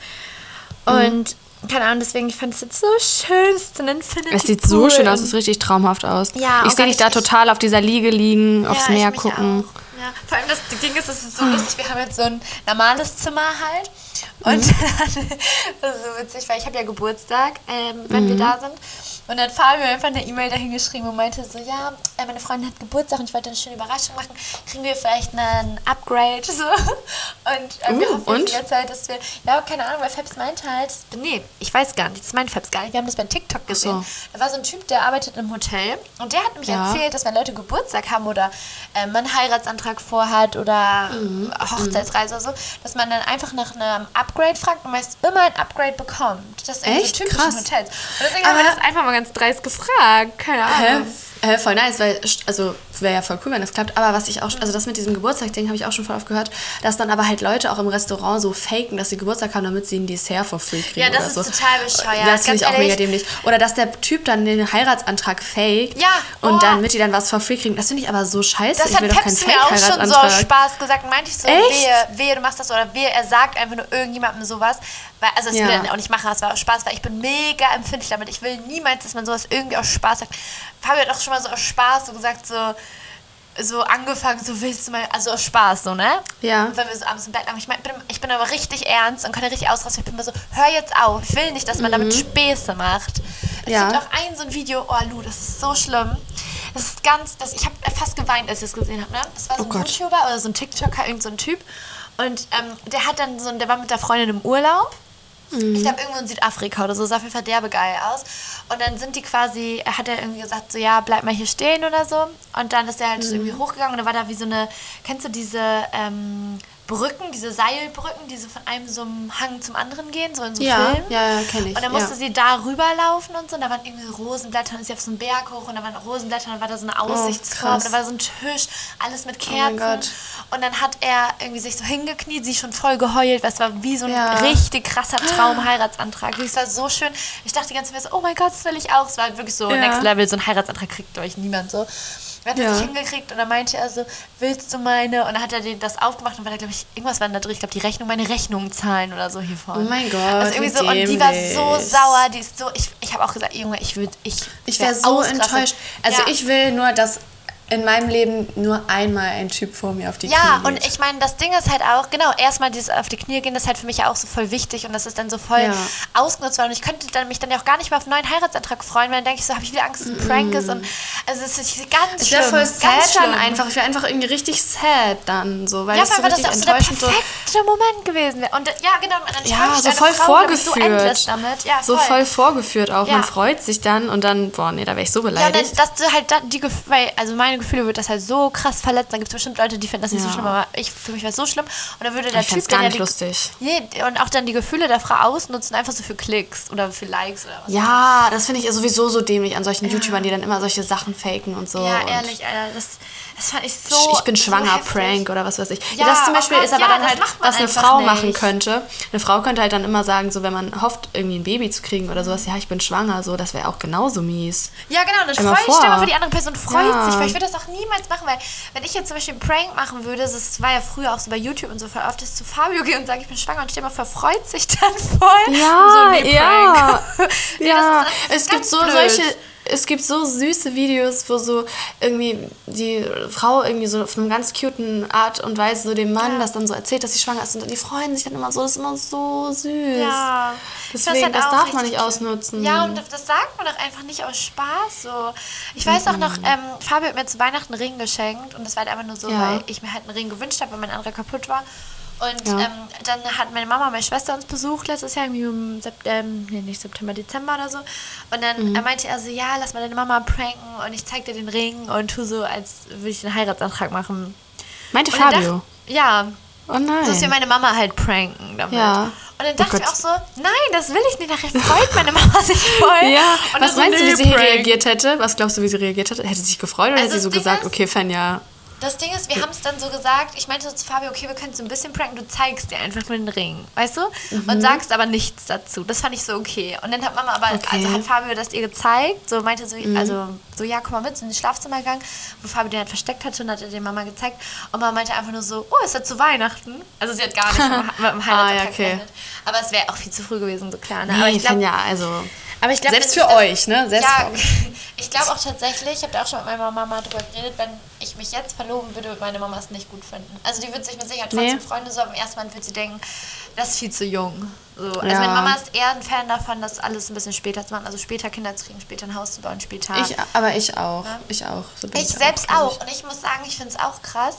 Und keine Ahnung, deswegen, ich fand es jetzt so schön. Es ist so ein Infinity Es sieht so schön aus, es sieht richtig traumhaft aus. Ja, ich sehe dich da total auf dieser Liege liegen, aufs Meer gucken. Auch. Ja, vor allem das Ding ist, es ist so lustig, wir haben jetzt so ein normales Zimmer halt und dann, das ist so witzig, weil ich habe ja Geburtstag, wenn wir da sind und dann Fabio einfach eine E-Mail dahin geschrieben und meinte so, ja, meine Freundin hat Geburtstag und ich wollte eine schöne Überraschung machen, kriegen wir vielleicht einen Upgrade so und wir hoffen jetzt halt, dass wir, ja, keine Ahnung, weil Fabs meinte halt, nee, ich weiß gar nicht, das meint Fabs gar nicht, wir haben das bei TikTok gesehen, da war so ein Typ, der arbeitet im Hotel und der hat nämlich erzählt, dass wenn Leute Geburtstag haben oder man einen Heiratsantrag vorhat oder Hochzeitsreise oder so, dass man dann einfach nach einem Upgrade fragt und meist immer ein Upgrade bekommt. Das ist echt so typisch in Hotels. Und deswegen haben wir das einfach mal ganz dreist gefragt. Keine Ahnung. Voll nice, weil, also wäre ja voll cool, wenn das klappt, aber was ich auch, also das mit diesem Geburtstagsding habe ich auch schon voll oft gehört, dass dann aber halt Leute auch im Restaurant so faken, dass sie Geburtstag haben, damit sie ein Dessert for free kriegen. Ja, das oder ist so. total bescheuert. Das finde ich auch mega dämlich. Oder dass der Typ dann den Heiratsantrag faked und damit die dann was for free kriegen. Das finde ich aber so scheiße. Das hat Peps mir auch schon so aus Spaß gesagt. Meinte ich so, wehe, du machst das oder wehe, er sagt einfach nur irgendjemandem sowas. Weil, also das will er auch nicht machen, das war aus Spaß, weil ich bin mega empfindlich damit. Ich will niemals, dass man sowas irgendwie aus Spaß sagt. Fabio hat auch schon mal so aus Spaß so gesagt, so angefangen, so willst du mal, also aus Spaß, so, ne? Ja. Und wenn wir so abends im Bett lagen, ich bin aber richtig ernst und kann richtig ausrasten. Ich bin immer so, hör jetzt auf, ich will nicht, dass man damit Späße macht. Es gibt auch so ein Video, oh Lu, das ist so schlimm. ich habe fast geweint, als ich das gesehen habe, ne? Das war so ein YouTuber oder so ein TikToker, irgend so ein Typ. Und der hat dann der war mit der Freundin im Urlaub. Ich glaube, irgendwo in Südafrika oder so, sah auf jeden Fall derbe geil aus. Und dann sind die quasi, hat er irgendwie gesagt, so, ja, bleib mal hier stehen oder so. Und dann ist er halt irgendwie hochgegangen und da war da wie so eine, kennst du diese Brücken, diese Seilbrücken, die so von einem so einem Hang zum anderen gehen, so in so Filmen. Ja, kenne ich. Und dann musste sie da rüberlaufen und so, und da waren irgendwie Rosenblätter, und ist sie auf so einen Berg hoch, und da waren Rosenblätter, und dann war da so eine Aussichtsturm, da war so ein Tisch, alles mit Kerzen. Oh mein Gott. Und dann hat er irgendwie sich so hingekniet, sie schon voll geheult, weil es war wie so ein richtig krasser Traum-Heiratsantrag. Es war so schön. Ich dachte die ganze Zeit so, oh mein Gott, das will ich auch. Es war wirklich so Next Level, so ein Heiratsantrag kriegt euch niemand so. Er hat er sich hingekriegt und dann meinte er so, willst du meine? Und dann hat er das aufgemacht und war da, glaube ich, irgendwas war da drin. Ich glaube, meine Rechnung zahlen oder so hiervon. Oh mein Gott, also irgendwie so, und die war so sauer, die ist so, ich habe auch gesagt, Junge, ich wäre so enttäuscht. Also ich will nur, dass in meinem Leben nur einmal ein Typ vor mir auf die Knie geht. Ja, und ich meine, das Ding ist halt auch, genau, erstmal dieses auf die Knie gehen, das ist halt für mich ja auch so voll wichtig und das ist dann so voll ausgenutzt worden. Und ich könnte mich dann ja auch gar nicht mehr auf einen neuen Heiratsantrag freuen, weil dann denke ich so, habe ich wieder Angst, dass es ein Prank ist und also es ist ganz schlimm. Ich wäre voll sad dann einfach. Ich wäre einfach irgendwie richtig sad dann, so, weil es so richtig enttäuschend so der perfekte Moment gewesen wäre. Und ja, genau, dann so voll Frau, vorgeführt. So damit. Ja, so voll vorgeführt auch. Ja. Man freut sich dann und dann, boah, nee, da wäre ich so beleidigt. Ja, dass du halt weil, also meine Gefühle wird das halt so krass verletzt. Dann gibt es bestimmt Leute, die finden das nicht so schlimm, aber für mich war es so schlimm. Und dann würde der Typ gar nicht lustig. Nee, und auch dann die Gefühle der Frau ausnutzen, einfach so für Klicks oder für Likes oder was. Ja, das finde ich sowieso so dämlich an solchen YouTubern, die dann immer solche Sachen faken und so. Ja, ehrlich, Alter, das fand ich so. Ich bin schwanger, so Prank oder was weiß ich. Ja, das zum Beispiel ist aber dann halt, was eine Frau machen könnte. Eine Frau könnte halt dann immer sagen, so wenn man hofft, irgendwie ein Baby zu kriegen oder sowas, ja, ich bin schwanger, so, das wäre auch genauso mies. Ja, genau, dann stell mal vor, die andere Person freut sich, weil ich würde das auch niemals machen, weil wenn ich jetzt zum Beispiel einen Prank machen würde, das war ja früher auch so bei YouTube und so, voll oft, dass ich zu Fabio gehe und sage, ich bin schwanger und stell mal vor, freut sich dann voll. Ja, so ja. Nee, ja, das es gibt so blöd. Es gibt so süße Videos, wo so irgendwie die Frau irgendwie so auf eine ganz cuten Art und Weise so dem Mann das dann so erzählt, dass sie schwanger ist und die freuen sich dann immer so, das ist immer so süß. Ja. Deswegen, das darf man nicht ausnutzen. Ja, und das sagt man doch einfach nicht aus Spaß so. Ich weiß auch noch, Fabio hat mir zu Weihnachten einen Ring geschenkt und das war halt einfach nur so, weil ich mir halt einen Ring gewünscht habe, weil mein anderer kaputt war. Und dann hat meine Mama, meine Schwester uns besucht letztes Jahr, irgendwie im Dezember oder so. Und dann meinte er so, ja, lass mal deine Mama pranken und ich zeig dir den Ring und tu so, als würde ich den Heiratsantrag machen. Meinte Fabio? Ja. Oh nein. So dass wir meine Mama halt pranken damit. Ja. Und dann dachte ich auch so, nein, das will ich nicht. Nachher freut meine Mama sich voll. Ja, und was meinst du, wie sie reagiert hätte? Was glaubst du, wie sie reagiert hätte? Hätte sie sich gefreut oder hätte sie so gesagt, okay, Fenja... Das Ding ist, wir haben es dann so gesagt, ich meinte so zu Fabio, okay, wir können so ein bisschen pranken, du zeigst dir einfach nur den Ring, weißt du? Und sagst aber nichts dazu. Das fand ich so okay. Und dann hat Mama aber, also hat Fabio das ihr gezeigt, so meinte so, ja, komm mal mit, in den Schlafzimmer gegangen, wo Fabio den halt versteckt hatte und hat er den Mama gezeigt. Und Mama meinte einfach nur so, oh, ist das zu Weihnachten? Also sie hat gar nicht mit dem Heiratsantrag gerechnet. Aber es wäre auch viel zu früh gewesen, so klar. Ne? Nee, aber ich glaub, aber ich glaub, selbst für euch, ne? Selbst für euch. Ich glaube auch tatsächlich, ich habe da auch schon mit meiner Mama drüber geredet, wenn ich mich jetzt verloben würde, würde meine Mama es nicht gut finden. Also die würde sich mit Sicherheit trotzdem Freunde so, aber im ersten Moment würde sie denken, das ist viel zu jung. So. Also meine Mama ist eher ein Fan davon, das alles ein bisschen später zu machen, also später Kinder zu kriegen, später ein Haus zu bauen, später. Aber ich auch. Ja? Ich auch. So bin ich selbst auch. Und ich muss sagen, ich finde es auch krass.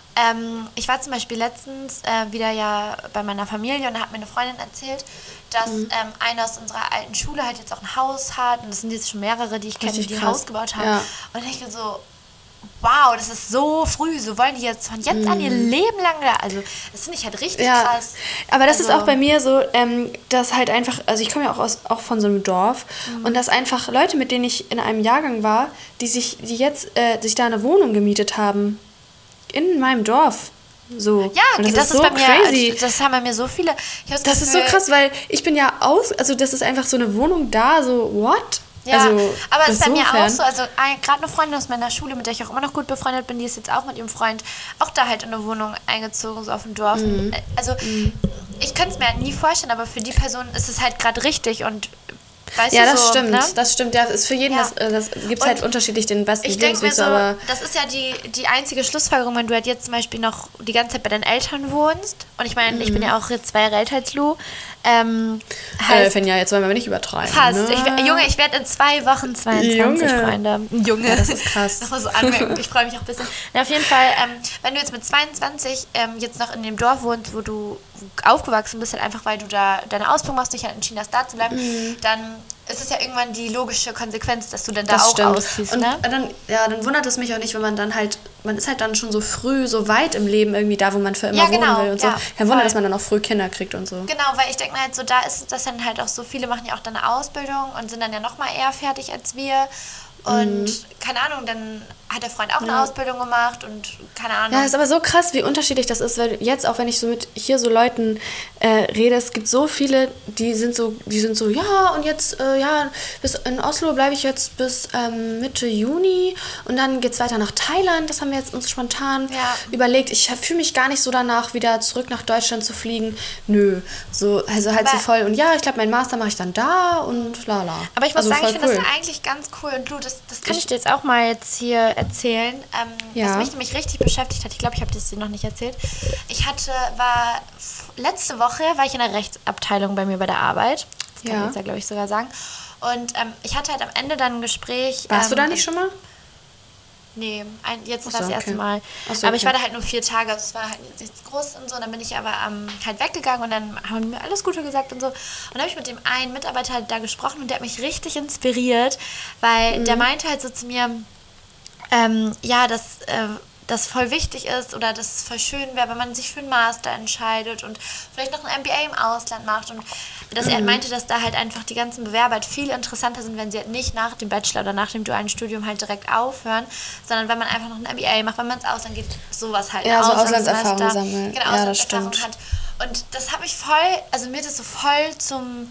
Ich war zum Beispiel letztens wieder ja bei meiner Familie und da hat mir eine Freundin erzählt, dass einer aus unserer alten Schule halt jetzt auch ein Haus hat und das sind jetzt schon mehrere, die ich kenne, die ein Haus gebaut haben. Ja. Und dann denke ich mir so, wow, das ist so früh, so wollen die jetzt von jetzt an ihr Leben lang da, also das finde ich halt richtig krass. Aber das ist auch bei mir so, dass halt einfach, also ich komme ja auch von so einem Dorf und dass einfach Leute, mit denen ich in einem Jahrgang war, die jetzt sich da eine Wohnung gemietet haben, in meinem Dorf. So. Ja, und das ist so bei mir, crazy. Das haben bei mir so viele. Das ist so krass, weil ich bin ja also das ist einfach so eine Wohnung da, so what? Ja, also, aber es ist bei mir auch so, also gerade eine Freundin aus meiner Schule, mit der ich auch immer noch gut befreundet bin, die ist jetzt auch mit ihrem Freund auch da halt in eine Wohnung eingezogen, so auf dem Dorf. Also ich könnte es mir halt nie vorstellen, aber für die Person ist es halt gerade richtig und weißt du, das so, stimmt, ne? Das stimmt, ja, ist für jeden, das gibt es halt unterschiedlich den besten Lebensweg, so, aber das ist ja die einzige Schlussfolgerung, wenn du halt jetzt zum Beispiel noch die ganze Zeit bei deinen Eltern wohnst und ich meine, ich bin ja auch jetzt 2 Jahre älter als Lou, Fenja, jetzt wollen wir aber nicht übertreiben. Fast. Ne? Ich werde in 2 Wochen 22, Freunde. Junge. Ja, das ist krass. Nochmal so anmerken, ich freue mich auch ein bisschen. Na, auf jeden Fall, wenn du jetzt mit 22 jetzt noch in dem Dorf wohnst, wo du aufgewachsen bist, halt einfach, weil du da deine Ausbildung machst, dich halt entschieden hast, da zu bleiben, dann ist es ja irgendwann die logische Konsequenz, dass du dann da auch ausziehst. Und ne? Dann wundert es mich auch nicht, wenn man dann halt, man ist halt dann schon so früh, so weit im Leben irgendwie da, wo man für immer wohnen will und so. Kein Wunder, dass man dann auch früh Kinder kriegt und so. Genau, weil ich denke mir halt so, da ist das dann halt auch so, viele machen ja auch dann eine Ausbildung und sind dann ja noch mal eher fertig als wir. Und keine Ahnung, dann hat der Freund auch eine Ausbildung gemacht und keine Ahnung. Ja, das ist aber so krass, wie unterschiedlich das ist, weil jetzt auch, wenn ich so mit hier so Leuten rede, es gibt so viele, die sind so, ja, und jetzt, bis in Oslo bleibe ich jetzt bis Mitte Juni und dann geht's weiter nach Thailand. Das haben wir jetzt uns spontan überlegt. Ich fühle mich gar nicht so danach, wieder zurück nach Deutschland zu fliegen. Nö, so, also halt so voll. Und ja, ich glaube, meinen Master mache ich dann da und lala. Aber ich muss sagen, ich finde das eigentlich ganz cool. Und du, das kann ich dir jetzt auch mal jetzt hier erzählen, was mich nämlich richtig beschäftigt hat. Ich glaube, ich habe das dir noch nicht erzählt. Letzte Woche war ich in der Rechtsabteilung bei mir bei der Arbeit. Das kann ich jetzt ja, glaube ich, sogar sagen. Und ich hatte halt am Ende dann ein Gespräch. Warst du da nicht schon mal? Nee, jetzt war das erste Mal. Aber ich war da halt nur 4 Tage, also es war halt nichts groß und so. Und dann bin ich aber halt weggegangen und dann haben die mir alles Gute gesagt und so. Und dann habe ich mit dem einen Mitarbeiter da gesprochen und der hat mich richtig inspiriert, weil der meinte halt so zu mir, dass das voll wichtig ist oder dass es voll schön wäre, wenn man sich für einen Master entscheidet und vielleicht noch ein MBA im Ausland macht und dass er meinte, dass da halt einfach die ganzen Bewerber halt viel interessanter sind, wenn sie halt nicht nach dem Bachelor oder nach dem dualen Studium halt direkt aufhören, sondern wenn man einfach noch ein MBA macht, wenn man ins Ausland geht, sowas halt. Ja, so Auslandserfahrung sammeln. Genau, Auslandserfahrung hat. Und das hat mich voll, also mir das so voll zum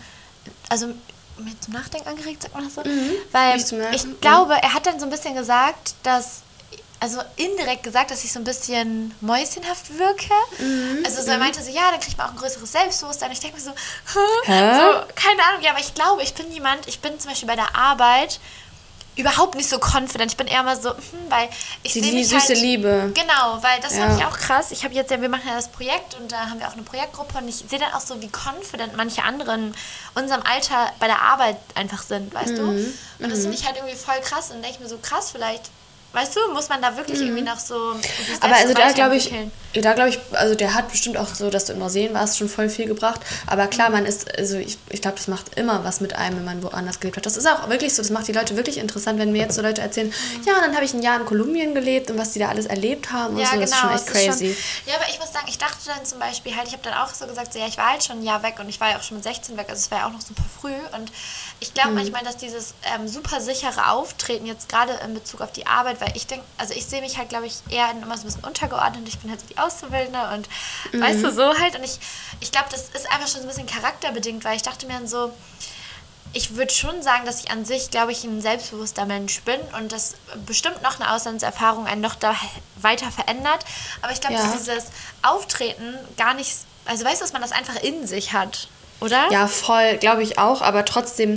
Nachdenken angeregt, sagt man das so? Weil ich glaube, er hat dann so ein bisschen gesagt, also indirekt gesagt, dass ich so ein bisschen mäuschenhaft wirke. Also so, er meinte so, ja, dann kriegt man auch ein größeres Selbstbewusstsein. Ich denke mir so, keine Ahnung, ja, aber ich glaube, ich bin zum Beispiel bei der Arbeit überhaupt nicht so confident. Ich bin eher mal so, weil ich sehe mich süße halt, Liebe. Genau, weil das fand ich auch krass. Wir machen ja das Projekt und da haben wir auch eine Projektgruppe und ich sehe dann auch so, wie confident manche anderen unserem Alter bei der Arbeit einfach sind, weißt du? Und das finde ich halt irgendwie voll krass und denke ich mir so, krass, vielleicht, weißt du, muss man da wirklich irgendwie noch so... Aber also da glaube ich, also der hat bestimmt auch so, dass du in Neuseeland warst, schon voll viel gebracht. Aber klar, man ist, also ich glaube, das macht immer was mit einem, wenn man woanders gelebt hat. Das ist auch wirklich so, das macht die Leute wirklich interessant, wenn mir jetzt so Leute erzählen, ja, und dann habe ich ein Jahr in Kolumbien gelebt und was die da alles erlebt haben und so, das ist schon echt crazy. Ja, aber ich muss sagen, ich dachte dann zum Beispiel halt, ich habe dann auch so gesagt, so, ja, ich war halt schon ein Jahr weg und ich war ja auch schon mit 16 weg, also es war ja auch noch super früh und ich glaube manchmal, dass dieses super sichere Auftreten jetzt gerade in Bezug auf die Arbeit, weil ich denke, also ich sehe mich halt, glaube ich, eher immer so ein bisschen untergeordnet. Ich bin halt so die Auszubildende und weißt du, so halt. Und ich glaube, das ist einfach schon so ein bisschen charakterbedingt, weil ich dachte mir dann so, ich würde schon sagen, dass ich an sich, glaube ich, ein selbstbewusster Mensch bin und dass bestimmt noch eine Auslandserfahrung einen noch da weiter verändert. Aber ich glaube, dass dieses Auftreten gar nicht, also weißt du, dass man das einfach in sich hat, oder? Ja, voll, glaube ich auch, aber trotzdem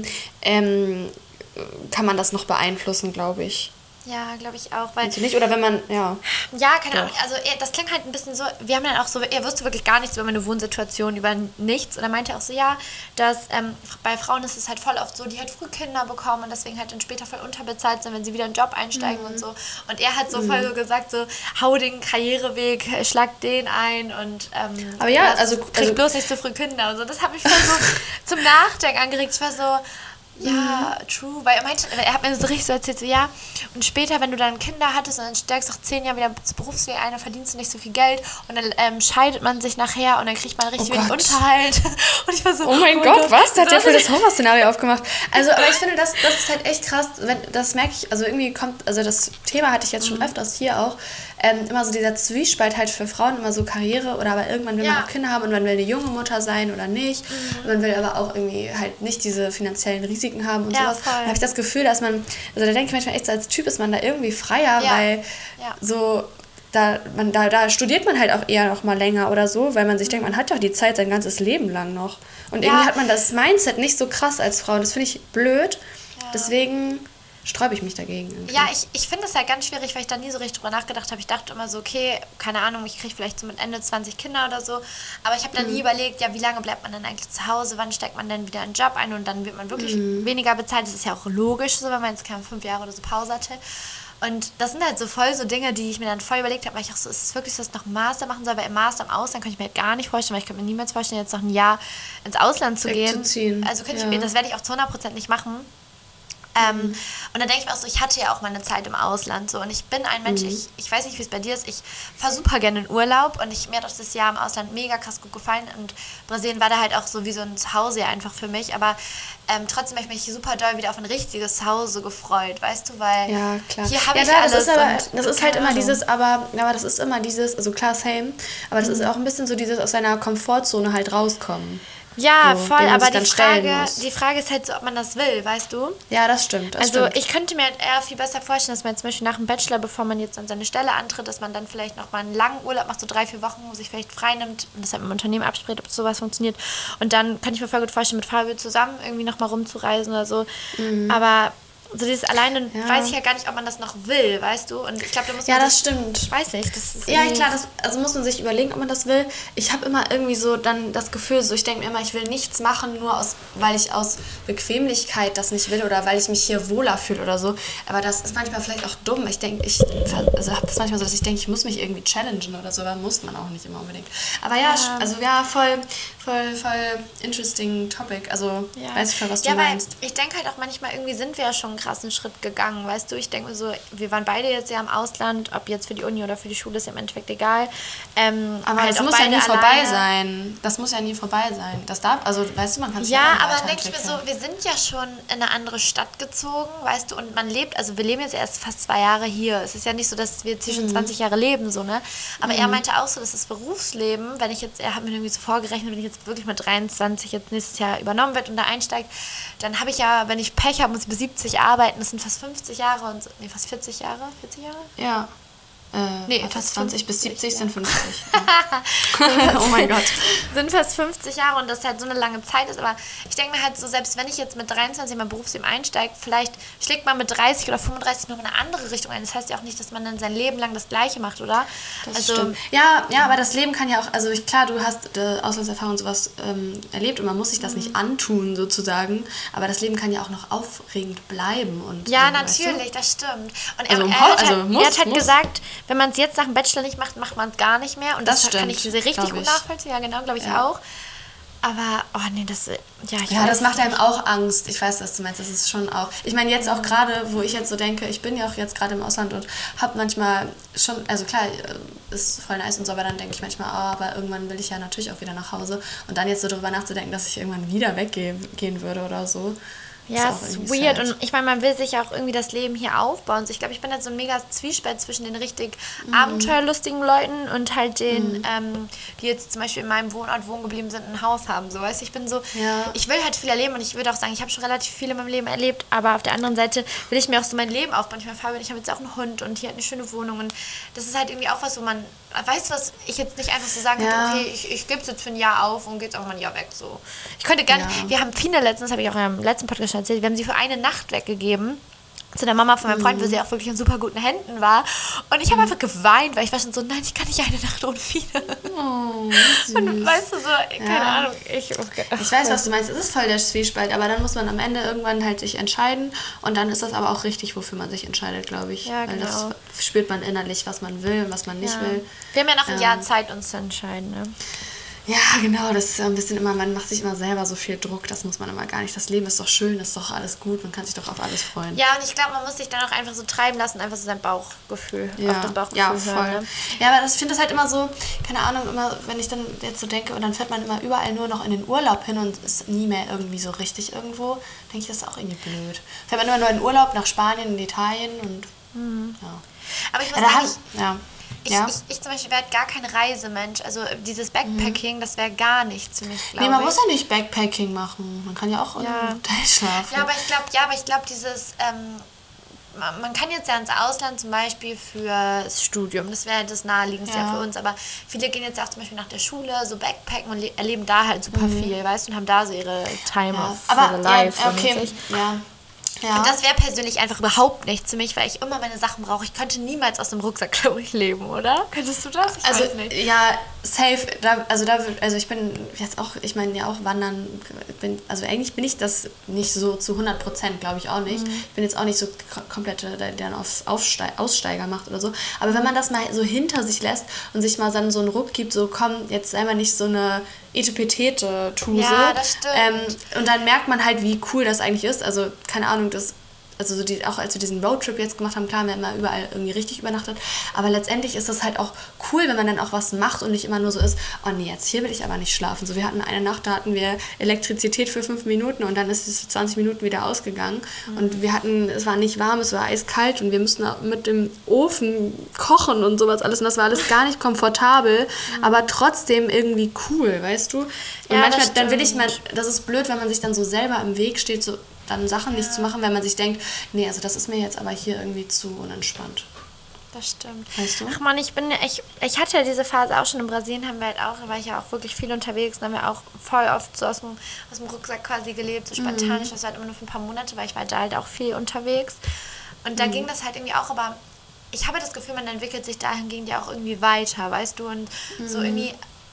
kann man das noch beeinflussen, glaube ich. Ja, glaube ich auch. Weil nicht? Oder wenn man, Ja, keine Ahnung. Also das klingt halt ein bisschen so, wir haben dann auch so, er wusste wirklich gar nichts über meine Wohnsituation, über nichts. Und er meinte auch so, ja, dass bei Frauen ist es halt voll oft so, die halt früh Kinder bekommen und deswegen halt dann später voll unterbezahlt sind, wenn sie wieder in den Job einsteigen und so. Und er hat so voll so gesagt, so, hau den Karriereweg, schlag den ein und aber ja, krieg bloß nicht so früh Kinder und so. Das hat mich voll so zum Nachdenken angeregt. Ich war so... Ja, true, weil er hat mir so richtig so erzählt, so ja, und später, wenn du dann Kinder hattest und dann steigst du nach 10 Jahren wieder ins Berufsleben ein, dann verdienst du nicht so viel Geld und dann scheidet man sich nachher und dann kriegt man richtig wenig Unterhalt und ich war so, oh mein Gott, was? Der hat ja für das Horrorszenario aufgemacht. Also, aber ich finde, das ist halt echt krass, das merke ich, also irgendwie also das Thema hatte ich jetzt schon öfters hier auch, immer so dieser Zwiespalt halt für Frauen, immer so Karriere oder aber irgendwann will man auch Kinder haben und man will eine junge Mutter sein oder nicht und man will aber auch irgendwie halt nicht diese finanziellen Risiken haben und sowas. Voll. Dann habe ich das Gefühl, dass man, also da denke ich manchmal echt so, als Typ ist man da irgendwie freier, weil so, da studiert man halt auch eher noch mal länger oder so, weil man sich denkt, man hat doch die Zeit sein ganzes Leben lang noch. Und irgendwie hat man das Mindset nicht so krass als Frau und das finde ich blöd. Deswegen... sträube ich mich dagegen. Irgendwie. Ja, ich finde es halt ganz schwierig, weil ich da nie so richtig drüber nachgedacht habe. Ich dachte immer so, okay, keine Ahnung, ich kriege vielleicht so mit Ende 20 Kinder oder so. Aber ich habe dann nie überlegt, ja, wie lange bleibt man denn eigentlich zu Hause? Wann steckt man denn wieder in den Job ein? Und dann wird man wirklich weniger bezahlt. Das ist ja auch logisch so, wenn man jetzt keine 5 Jahre oder so Pause hatte. Und das sind halt so voll so Dinge, die ich mir dann voll überlegt habe, weil ich auch so, ist es wirklich so, dass ich noch einen Master machen soll? Weil im Master im Ausland könnte ich mir halt gar nicht vorstellen, weil ich könnte mir niemals vorstellen, jetzt noch ein Jahr ins Ausland zu gehen. Also könnte ich mir, das werde ich auch zu 100% nicht machen. Und dann denke ich mir auch so, ich hatte ja auch mal eine Zeit im Ausland so und ich bin ein Mensch, ich weiß nicht, wie es bei dir ist, ich fahre super gerne in Urlaub und mir hat auch das Jahr im Ausland mega krass gut gefallen und Brasilien war da halt auch so wie so ein Zuhause einfach für mich, aber trotzdem habe ich mich super doll wieder auf ein richtiges Zuhause gefreut, weißt du, weil hier habe ich alles. Das ist halt immer dieses, aber das ist immer dieses, also klar, same, aber das ist auch ein bisschen so dieses aus seiner Komfortzone halt rauskommen. Ja, so, voll, aber die Frage ist halt so, ob man das will, weißt du? Ja, das stimmt. Ich könnte mir halt eher viel besser vorstellen, dass man zum Beispiel nach dem Bachelor, bevor man jetzt an seine Stelle antritt, dass man dann vielleicht noch mal einen langen Urlaub macht, so 3-4 Wochen, wo sich vielleicht frei nimmt und das halt mit dem Unternehmen abspricht, ob sowas funktioniert. Und dann kann ich mir voll gut vorstellen, mit Fabio zusammen irgendwie noch mal rumzureisen oder so. Aber so dieses alleine weiß ich ja gar nicht, ob man das noch will, weißt du? Und ich glaube, da muss man das stimmt. Weiß nicht. Das ist klar, also muss man sich überlegen, ob man das will. Ich habe immer irgendwie so dann das Gefühl, so ich denke mir immer, ich will nichts machen, nur weil ich aus Bequemlichkeit das nicht will oder weil ich mich hier wohler fühle oder so. Aber das ist manchmal vielleicht auch dumm. Ich denke, habe das manchmal so, dass ich denke, ich muss mich irgendwie challengen oder so, aber muss man auch nicht immer unbedingt. Aber voll interesting topic. Also weiß ich voll, was du meinst. Ich denke halt auch manchmal, irgendwie sind wir ja schon einen krassen Schritt gegangen, weißt du? Ich denke mir so, wir waren beide jetzt ja im Ausland, ob jetzt für die Uni oder für die Schule, ist ja im Endeffekt egal. Aber halt das muss ja nie vorbei sein. Das muss ja nie vorbei sein. Das darf, also weißt du, man kann es aber denke ich mir so, wir sind ja schon in eine andere Stadt gezogen, weißt du, und man lebt, also wir leben jetzt erst fast 2 Jahre hier. Es ist ja nicht so, dass wir jetzt hier schon 20 Jahre leben, so, ne? Aber er meinte auch so, dass das Berufsleben, er hat mir irgendwie so vorgerechnet, wenn ich jetzt wirklich mit 23 jetzt nächstes Jahr übernommen wird und da einsteigt, dann habe ich ja, wenn ich Pech habe, muss ich bis 70 arbeiten. Das sind fast 50 Jahre und fast 40 Jahre. 40 Jahre? Ja. Fast 20 bis 70 sind 50. Oh mein Gott. Sind fast 50 Jahre und das halt so eine lange Zeit ist. Aber ich denke mir halt so, selbst wenn ich jetzt mit 23 in mein Berufsleben einsteige, vielleicht schlägt man mit 30 oder 35 noch in eine andere Richtung ein. Das heißt ja auch nicht, dass man dann sein Leben lang das Gleiche macht, oder? Das stimmt. Ja, aber das Leben kann ja auch, also klar, du hast Auslandserfahrung und sowas erlebt und man muss sich das nicht antun sozusagen, aber das Leben kann ja auch noch aufregend bleiben. Und ja, natürlich, das stimmt. Und er hat halt gesagt, wenn man es jetzt nach dem Bachelor nicht macht, macht man es gar nicht mehr. Und das kann ich richtig gut nachvollziehen. Ja, genau, glaube ich auch. Aber, das macht einem auch Angst. Ich weiß, was du meinst. Das ist schon auch... Ich meine, jetzt auch gerade, wo ich jetzt so denke, ich bin ja auch jetzt gerade im Ausland und habe manchmal schon... Also klar, ist voll nice und so, aber dann denke ich manchmal, aber irgendwann will ich ja natürlich auch wieder nach Hause. Und dann jetzt so drüber nachzudenken, dass ich irgendwann wieder weggehen würde oder so... Ja, es ist weird. Und ich meine, man will sich ja auch irgendwie das Leben hier aufbauen. So, ich glaube, ich bin halt so ein mega Zwiespalt zwischen den richtig abenteuerlustigen Leuten und halt den, die jetzt zum Beispiel in meinem Wohnort wohnen geblieben sind, ein Haus haben. So, weißt du, ich bin so, ich will halt viel erleben und ich würde auch sagen, ich habe schon relativ viel in meinem Leben erlebt, aber auf der anderen Seite will ich mir auch so mein Leben aufbauen. Ich meine, Fabian, ich habe jetzt auch einen Hund und hier hat eine schöne Wohnung und das ist halt irgendwie auch was, wo man, weißt du was, ich jetzt nicht einfach so sagen könnte, okay, ich gebe es jetzt für ein Jahr auf und gehe jetzt auch mal ein Jahr weg. So. Ich könnte gar nicht, wir haben Fine letztens, habe ich auch im letzten Podcast erzählt, wir haben sie für eine Nacht weggegeben zu der Mama von meinem Freund, wo sie auch wirklich in super guten Händen war. Und ich habe einfach geweint, weil ich war schon so, nein, ich kann nicht eine Nacht ohne Fine. Oh, süß. Und weißt du so, keine Ahnung. Ich weiß, was du meinst. Es ist voll der Zwiespalt, aber dann muss man am Ende irgendwann halt sich entscheiden und dann ist das aber auch richtig, wofür man sich entscheidet, glaube ich. Ja, genau. Weil das spürt man innerlich, was man will und was man nicht will. Wir haben ja noch ein Jahr Zeit, uns zu entscheiden, ne? Ja, genau, das ist ein bisschen immer, man macht sich immer selber so viel Druck, das muss man immer gar nicht. Das Leben ist doch schön, ist doch alles gut, man kann sich doch auf alles freuen. Ja, und ich glaube, man muss sich dann auch einfach so treiben lassen, einfach so sein Bauchgefühl, auf das Bauchgefühl voll. Hören. Ne? Ja, aber ich finde das halt immer so, keine Ahnung, immer, wenn ich dann jetzt so denke und dann fährt man immer überall nur noch in den Urlaub hin und ist nie mehr irgendwie so richtig irgendwo, denke ich, das ist auch irgendwie blöd. Fährt man immer nur in Urlaub nach Spanien und Italien und Aber ich muss sagen, Ja. Ich zum Beispiel wäre gar kein Reisemensch. Also dieses Backpacking, das wäre gar nichts für mich, glaube ich. Nee, man muss ja nicht Backpacking machen. Man kann ja auch in einem Hotel schlafen. Ja, aber ich glaube, dieses... man kann jetzt ja ins Ausland zum Beispiel fürs Studium, das wäre das naheliegendste für uns, aber viele gehen jetzt auch zum Beispiel nach der Schule, so Backpacken und erleben da halt super viel, weißt du, und haben da so ihre Time of life. Okay, ja. Ja. Und das wäre persönlich einfach überhaupt nichts für mich, weil ich immer meine Sachen brauche. Ich könnte niemals aus dem Rucksack, glaube ich, leben, oder? Könntest du das? Ich weiß nicht. Ja, safe. Also ich bin jetzt auch, ich meine ja auch wandern, also eigentlich bin ich das nicht so zu 100%, glaube ich auch nicht. Ich bin jetzt auch nicht so komplett, der dann Aussteiger macht oder so. Aber wenn man das mal so hinter sich lässt und sich mal dann so einen Ruck gibt, so komm, jetzt sei mal nicht so eine Etepetete-Tuse. Ja, das stimmt. Und dann merkt man halt, wie cool das eigentlich ist. Also, keine Ahnung, also so auch als wir diesen Roadtrip jetzt gemacht haben, klar, wir haben immer überall irgendwie richtig übernachtet, aber letztendlich ist das halt auch cool, wenn man dann auch was macht und nicht immer nur so ist, oh nee, jetzt hier will ich aber nicht schlafen. So, wir hatten eine Nacht, da hatten wir Elektrizität für 5 Minuten und dann ist es für 20 Minuten wieder ausgegangen und es war nicht warm, es war eiskalt und wir mussten mit dem Ofen kochen und sowas alles und das war alles gar nicht komfortabel, aber trotzdem irgendwie cool, weißt du? Und ja, manchmal, dann will ich mal, das ist blöd, wenn man sich dann so selber im Weg steht, so dann Sachen nicht zu machen, wenn man sich denkt, nee, also das ist mir jetzt aber hier irgendwie zu unentspannt. Das stimmt. Weißt du? Ach man, ich hatte ja diese Phase auch schon in Brasilien, haben wir halt auch, da war ich ja auch wirklich viel unterwegs, da haben wir auch voll oft so aus dem Rucksack quasi gelebt, so spartanisch, das war halt immer nur für ein paar Monate, weil ich war da halt auch viel unterwegs und da ging das halt irgendwie auch, aber ich habe das Gefühl, man entwickelt sich dahingehend ja auch irgendwie weiter, weißt du, und so irgendwie,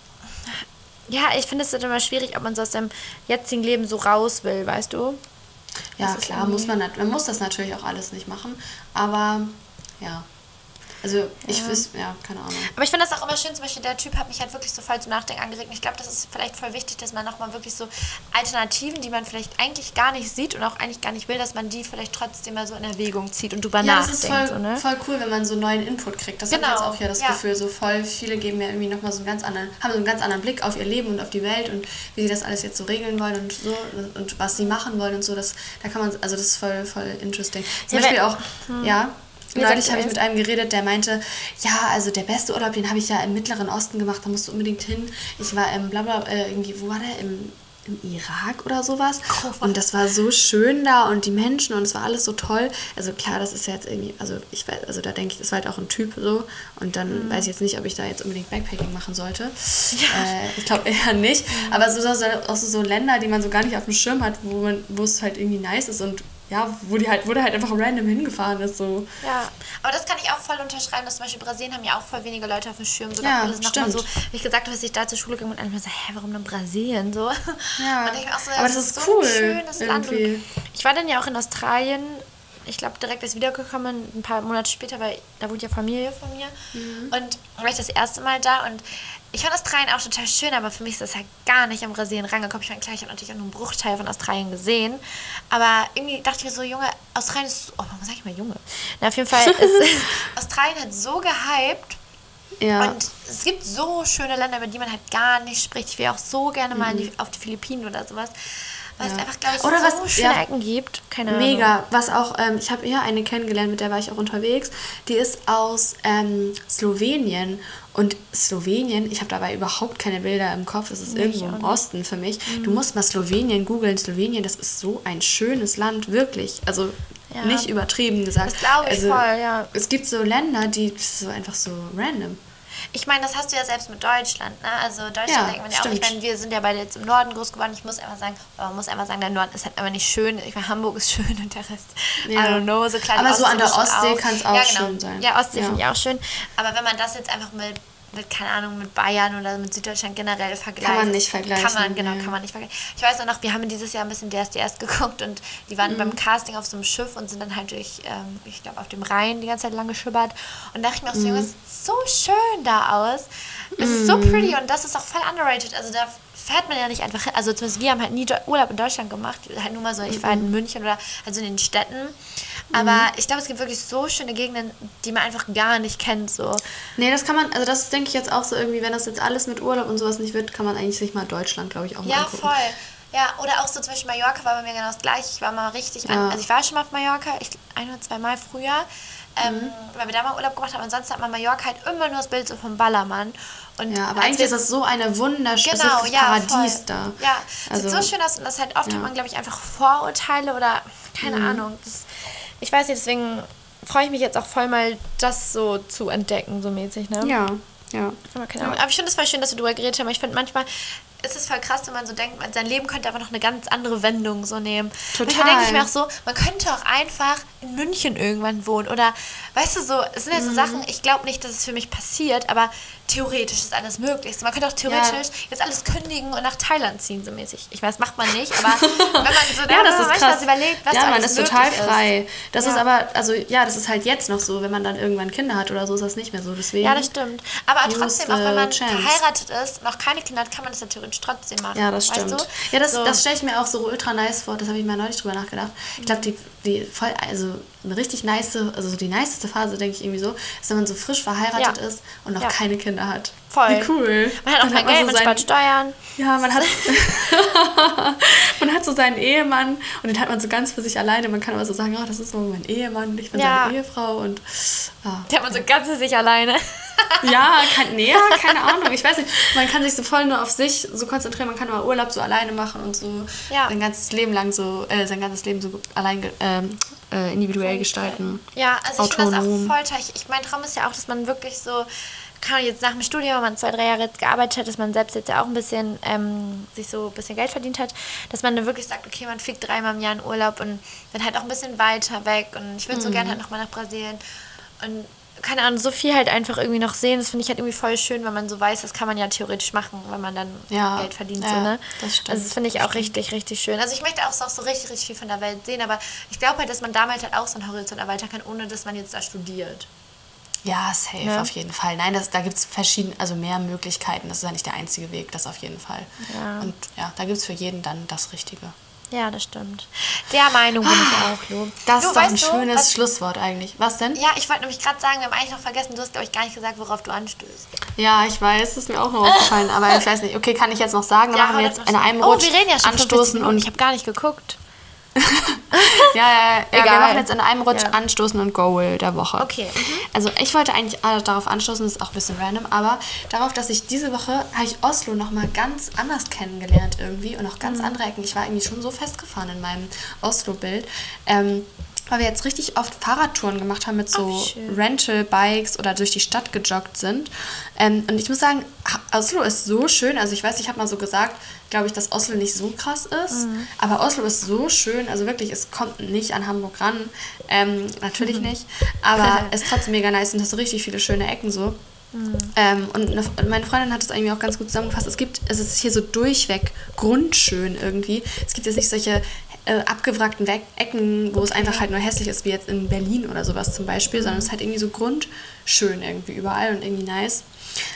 ja, ich finde es halt immer schwierig, ob man so aus dem jetzigen Leben so raus will, weißt du? Ja, klar, man muss das natürlich auch alles nicht machen, aber ja. Also ich wüsste, ja, keine Ahnung. Aber ich finde das auch immer schön, zum Beispiel der Typ hat mich halt wirklich so voll zum Nachdenken angeregt. Ich glaube, das ist vielleicht voll wichtig, dass man nochmal wirklich so Alternativen, die man vielleicht eigentlich gar nicht sieht und auch eigentlich gar nicht will, dass man die vielleicht trotzdem mal so in Erwägung zieht und drüber nachdenkt. Ja, das ist so, ne? voll cool, wenn man so neuen Input kriegt. Das habe ich jetzt auch hier das Gefühl, so voll viele geben mir irgendwie nochmal so einen ganz anderen Blick auf ihr Leben und auf die Welt und wie sie das alles jetzt so regeln wollen und so und was sie machen wollen und so. Das ist voll interesting. Zum Beispiel auch, neulich habe ich mit einem geredet, der meinte, ja, also der beste Urlaub, den habe ich ja im Mittleren Osten gemacht, da musst du unbedingt hin. Ich war im irgendwie, wo war der? Im Irak oder sowas. Und das war so schön da und die Menschen und es war alles so toll. Also klar, das ist ja jetzt irgendwie, da denke ich, das war halt auch ein Typ so. Und dann weiß ich jetzt nicht, ob ich da jetzt unbedingt Backpacking machen sollte. Ja. Ich glaube eher nicht. Aber auch so Länder, die man so gar nicht auf dem Schirm hat, wo es halt irgendwie nice ist und ja, wo der halt einfach random hingefahren ist. So. Ja, aber das kann ich auch voll unterschreiben, dass zum Beispiel Brasilien haben ja auch voll wenige Leute auf dem Schirm. So, ja, alles noch stimmt. mal so, wie ich gesagt habe, dass ich da zur Schule gegangen bin und alle so, warum denn Brasilien? So. Ja, und ich auch so, aber das ist so cool. Ein schönes Land. Und ich war dann ja auch in Australien, ich glaube direkt erst wiedergekommen, ein paar Monate später, weil da wohnt ja Familie von mir. Und war ich das erste Mal da und ich fand Australien auch total schön, aber für mich ist das ja gar nicht am Brasilien rangekommen. Ich meine, klar, ich habe natürlich auch nur einen Bruchteil von Australien gesehen, aber irgendwie dachte ich mir so, Junge, Australien ist, warum sag ich mal Junge? Na, auf jeden Fall ist Australien halt so gehypt. Ja. Und es gibt so schöne Länder, über die man halt gar nicht spricht. Ich will auch so gerne mal auf die Philippinen oder sowas. Weil es einfach, glaube ich, so schöne Ecken gibt. Keine Ahnung. Mega. Was auch, ich habe hier eine kennengelernt, mit der war ich auch unterwegs. Die ist aus Slowenien. Und Slowenien, ich habe dabei überhaupt keine Bilder im Kopf. Das ist irgendwo im Osten für mich. Du musst mal Slowenien googeln. Slowenien, das ist so ein schönes Land, wirklich. Also nicht übertrieben gesagt. Das glaube ich voll, ja. Es gibt so Länder, die so einfach so random. Ich meine, das hast du ja selbst mit Deutschland, ne? Also Deutschland denkt man ja auch, ich meine, wir sind ja beide jetzt im Norden groß geworden. Man muss einfach sagen, der Norden ist halt einfach nicht schön. Ich meine, Hamburg ist schön und der Rest, I don't know, so klar. Aber so an der Ostsee kann es auch schön sein. Ja, Ostsee finde ich auch schön. Aber wenn man das jetzt einfach mit, keine Ahnung, mit Bayern oder mit Süddeutschland generell vergleicht. Kann man nicht vergleichen. Kann man nicht vergleichen. Ich weiß auch noch, wir haben dieses Jahr ein bisschen DSDS geguckt und die waren beim Casting auf so einem Schiff und sind dann halt durch, ich glaube, auf dem Rhein die ganze Zeit lang geschippert. Und da dachte ich mir auch so, Junge, es sieht so schön da aus. Es ist so pretty und das ist auch voll underrated. Also da fährt man ja nicht einfach hin. Also zumindest wir haben halt nie Urlaub in Deutschland gemacht. Halt nur mal so, ich war halt in München oder also in den Städten. Aber ich glaube, es gibt wirklich so schöne Gegenden, die man einfach gar nicht kennt. So. Nee, das kann man, also das denke ich jetzt auch so irgendwie, wenn das jetzt alles mit Urlaub und sowas nicht wird, kann man eigentlich sich mal Deutschland, glaube ich, auch mal angucken. Ja, voll. Ja, oder auch so zum Beispiel Mallorca war bei mir genau das gleiche. Ich war mal richtig, also ich war schon mal auf Mallorca, ein oder zwei Mal früher, weil wir da mal Urlaub gemacht haben. Ansonsten hat man Mallorca halt immer nur das Bild so vom Ballermann. Und ja, aber eigentlich ist das so eine wunderschöne Paradies voll. Da. Ja, also, sieht so schön aus und das halt oft hat man, glaube ich, einfach Vorurteile oder keine Ahnung. Ich weiß nicht, deswegen freue ich mich jetzt auch voll mal, das so zu entdecken, so mäßig, ne? Ja. Aber ich finde es voll schön, dass wir darüber geredet haben. Ich finde manchmal, ist es voll krass, wenn man so denkt, sein Leben könnte aber noch eine ganz andere Wendung so nehmen. Total. Manchmal denke ich mir auch so, man könnte auch einfach in München irgendwann wohnen oder, weißt du, so, es sind ja so Sachen, ich glaube nicht, dass es für mich passiert, aber theoretisch ist alles möglich. Man könnte auch theoretisch jetzt alles kündigen und nach Thailand ziehen, so mäßig. Ich weiß, macht man nicht, aber wenn man so das ist krass. überlegt, was man ist total frei. Ist. Das ist aber, also das ist halt jetzt noch so, wenn man dann irgendwann Kinder hat oder so, ist das nicht mehr so. Deswegen, ja, das stimmt. Aber trotzdem, auch wenn man chance. verheiratet ist, noch keine Kinder hat, kann man das ja theoretisch trotzdem machen. Ja, das stimmt. Weißt du? Ja, das stelle ich mir auch so ultra nice vor. Das habe ich mir neulich drüber nachgedacht. Ich glaube, also eine richtig nice, also die niceste Phase, denke ich irgendwie so, ist, wenn man so frisch verheiratet ist und noch keine Kinder hat. Voll. Wie cool. Man hat auch kein Geld, man spart Steuern. Ja, man hat man hat so seinen Ehemann und den hat man so ganz für sich alleine. Man kann aber so sagen, das ist so mein Ehemann, ich bin seine Ehefrau und den hat man so ganz für sich alleine. Ja, keine Ahnung. Ich weiß nicht, man kann sich so voll nur auf sich so konzentrieren, man kann mal Urlaub so alleine machen und so sein ganzes Leben lang so, allein individuell gestalten. Ja, also ich finde das auch voll toll. Mein Traum ist ja auch, dass man wirklich so, kann man jetzt nach dem Studium, wenn man 2-3 Jahre jetzt gearbeitet hat, dass man selbst jetzt ja auch ein bisschen sich so ein bisschen Geld verdient hat, dass man dann wirklich sagt, okay, man fliegt 3-mal im Jahr in Urlaub und dann halt auch ein bisschen weiter weg und ich würde so gerne halt nochmal nach Brasilien und keine Ahnung, so viel halt einfach irgendwie noch sehen. Das finde ich halt irgendwie voll schön, wenn man so weiß, das kann man ja theoretisch machen, wenn man dann Geld verdient. So, ne? Das stimmt. Also das finde ich auch richtig, richtig schön. Also ich möchte auch so richtig, richtig viel von der Welt sehen, aber ich glaube halt, dass man damals halt auch so einen Horizont erweitern kann, ohne dass man jetzt da studiert. Ja, safe, auf jeden Fall. Nein, da gibt es mehr Möglichkeiten. Das ist ja nicht der einzige Weg, das auf jeden Fall. Ja. Und da gibt es für jeden dann das Richtige. Ja, das stimmt. Der Meinung bin ich auch, Lu. Das ist doch ein schönes Schlusswort eigentlich. Was denn? Ja, ich wollte nämlich gerade sagen, wir haben eigentlich noch vergessen, du hast, glaube ich, gar nicht gesagt, worauf du anstößt. Ja, ich weiß, das ist mir auch noch aufgefallen, aber ich weiß nicht. Okay, kann ich jetzt noch sagen? Dann machen wir jetzt in einem Rutsch wir reden ja schon anstoßen und ich habe gar nicht geguckt. Egal. Wir machen jetzt in einem Rutsch anstoßen und Goal der Woche. Okay. Also ich wollte eigentlich darauf anstoßen, das ist auch ein bisschen random, aber darauf, dass ich diese Woche, habe ich Oslo nochmal ganz anders kennengelernt irgendwie und auch ganz andere Ecken. Ich war irgendwie schon so festgefahren in meinem Oslo-Bild, weil wir jetzt richtig oft Fahrradtouren gemacht haben mit so Rental-Bikes oder durch die Stadt gejoggt sind. Und ich muss sagen, Oslo ist so schön. Also ich weiß, ich habe mal so gesagt, glaube ich, dass Oslo nicht so krass ist. Aber Oslo ist so schön. Also wirklich, es kommt nicht an Hamburg ran. Natürlich nicht. Aber es ist trotzdem mega nice und hast so richtig viele schöne Ecken so. Und meine Freundin hat es eigentlich auch ganz gut zusammengefasst. Es ist hier so durchweg grundschön irgendwie. Es gibt jetzt nicht solche abgewrackten Ecken, wo es einfach halt nur hässlich ist, wie jetzt in Berlin oder sowas zum Beispiel, sondern es ist halt irgendwie so grundschön irgendwie überall und irgendwie nice.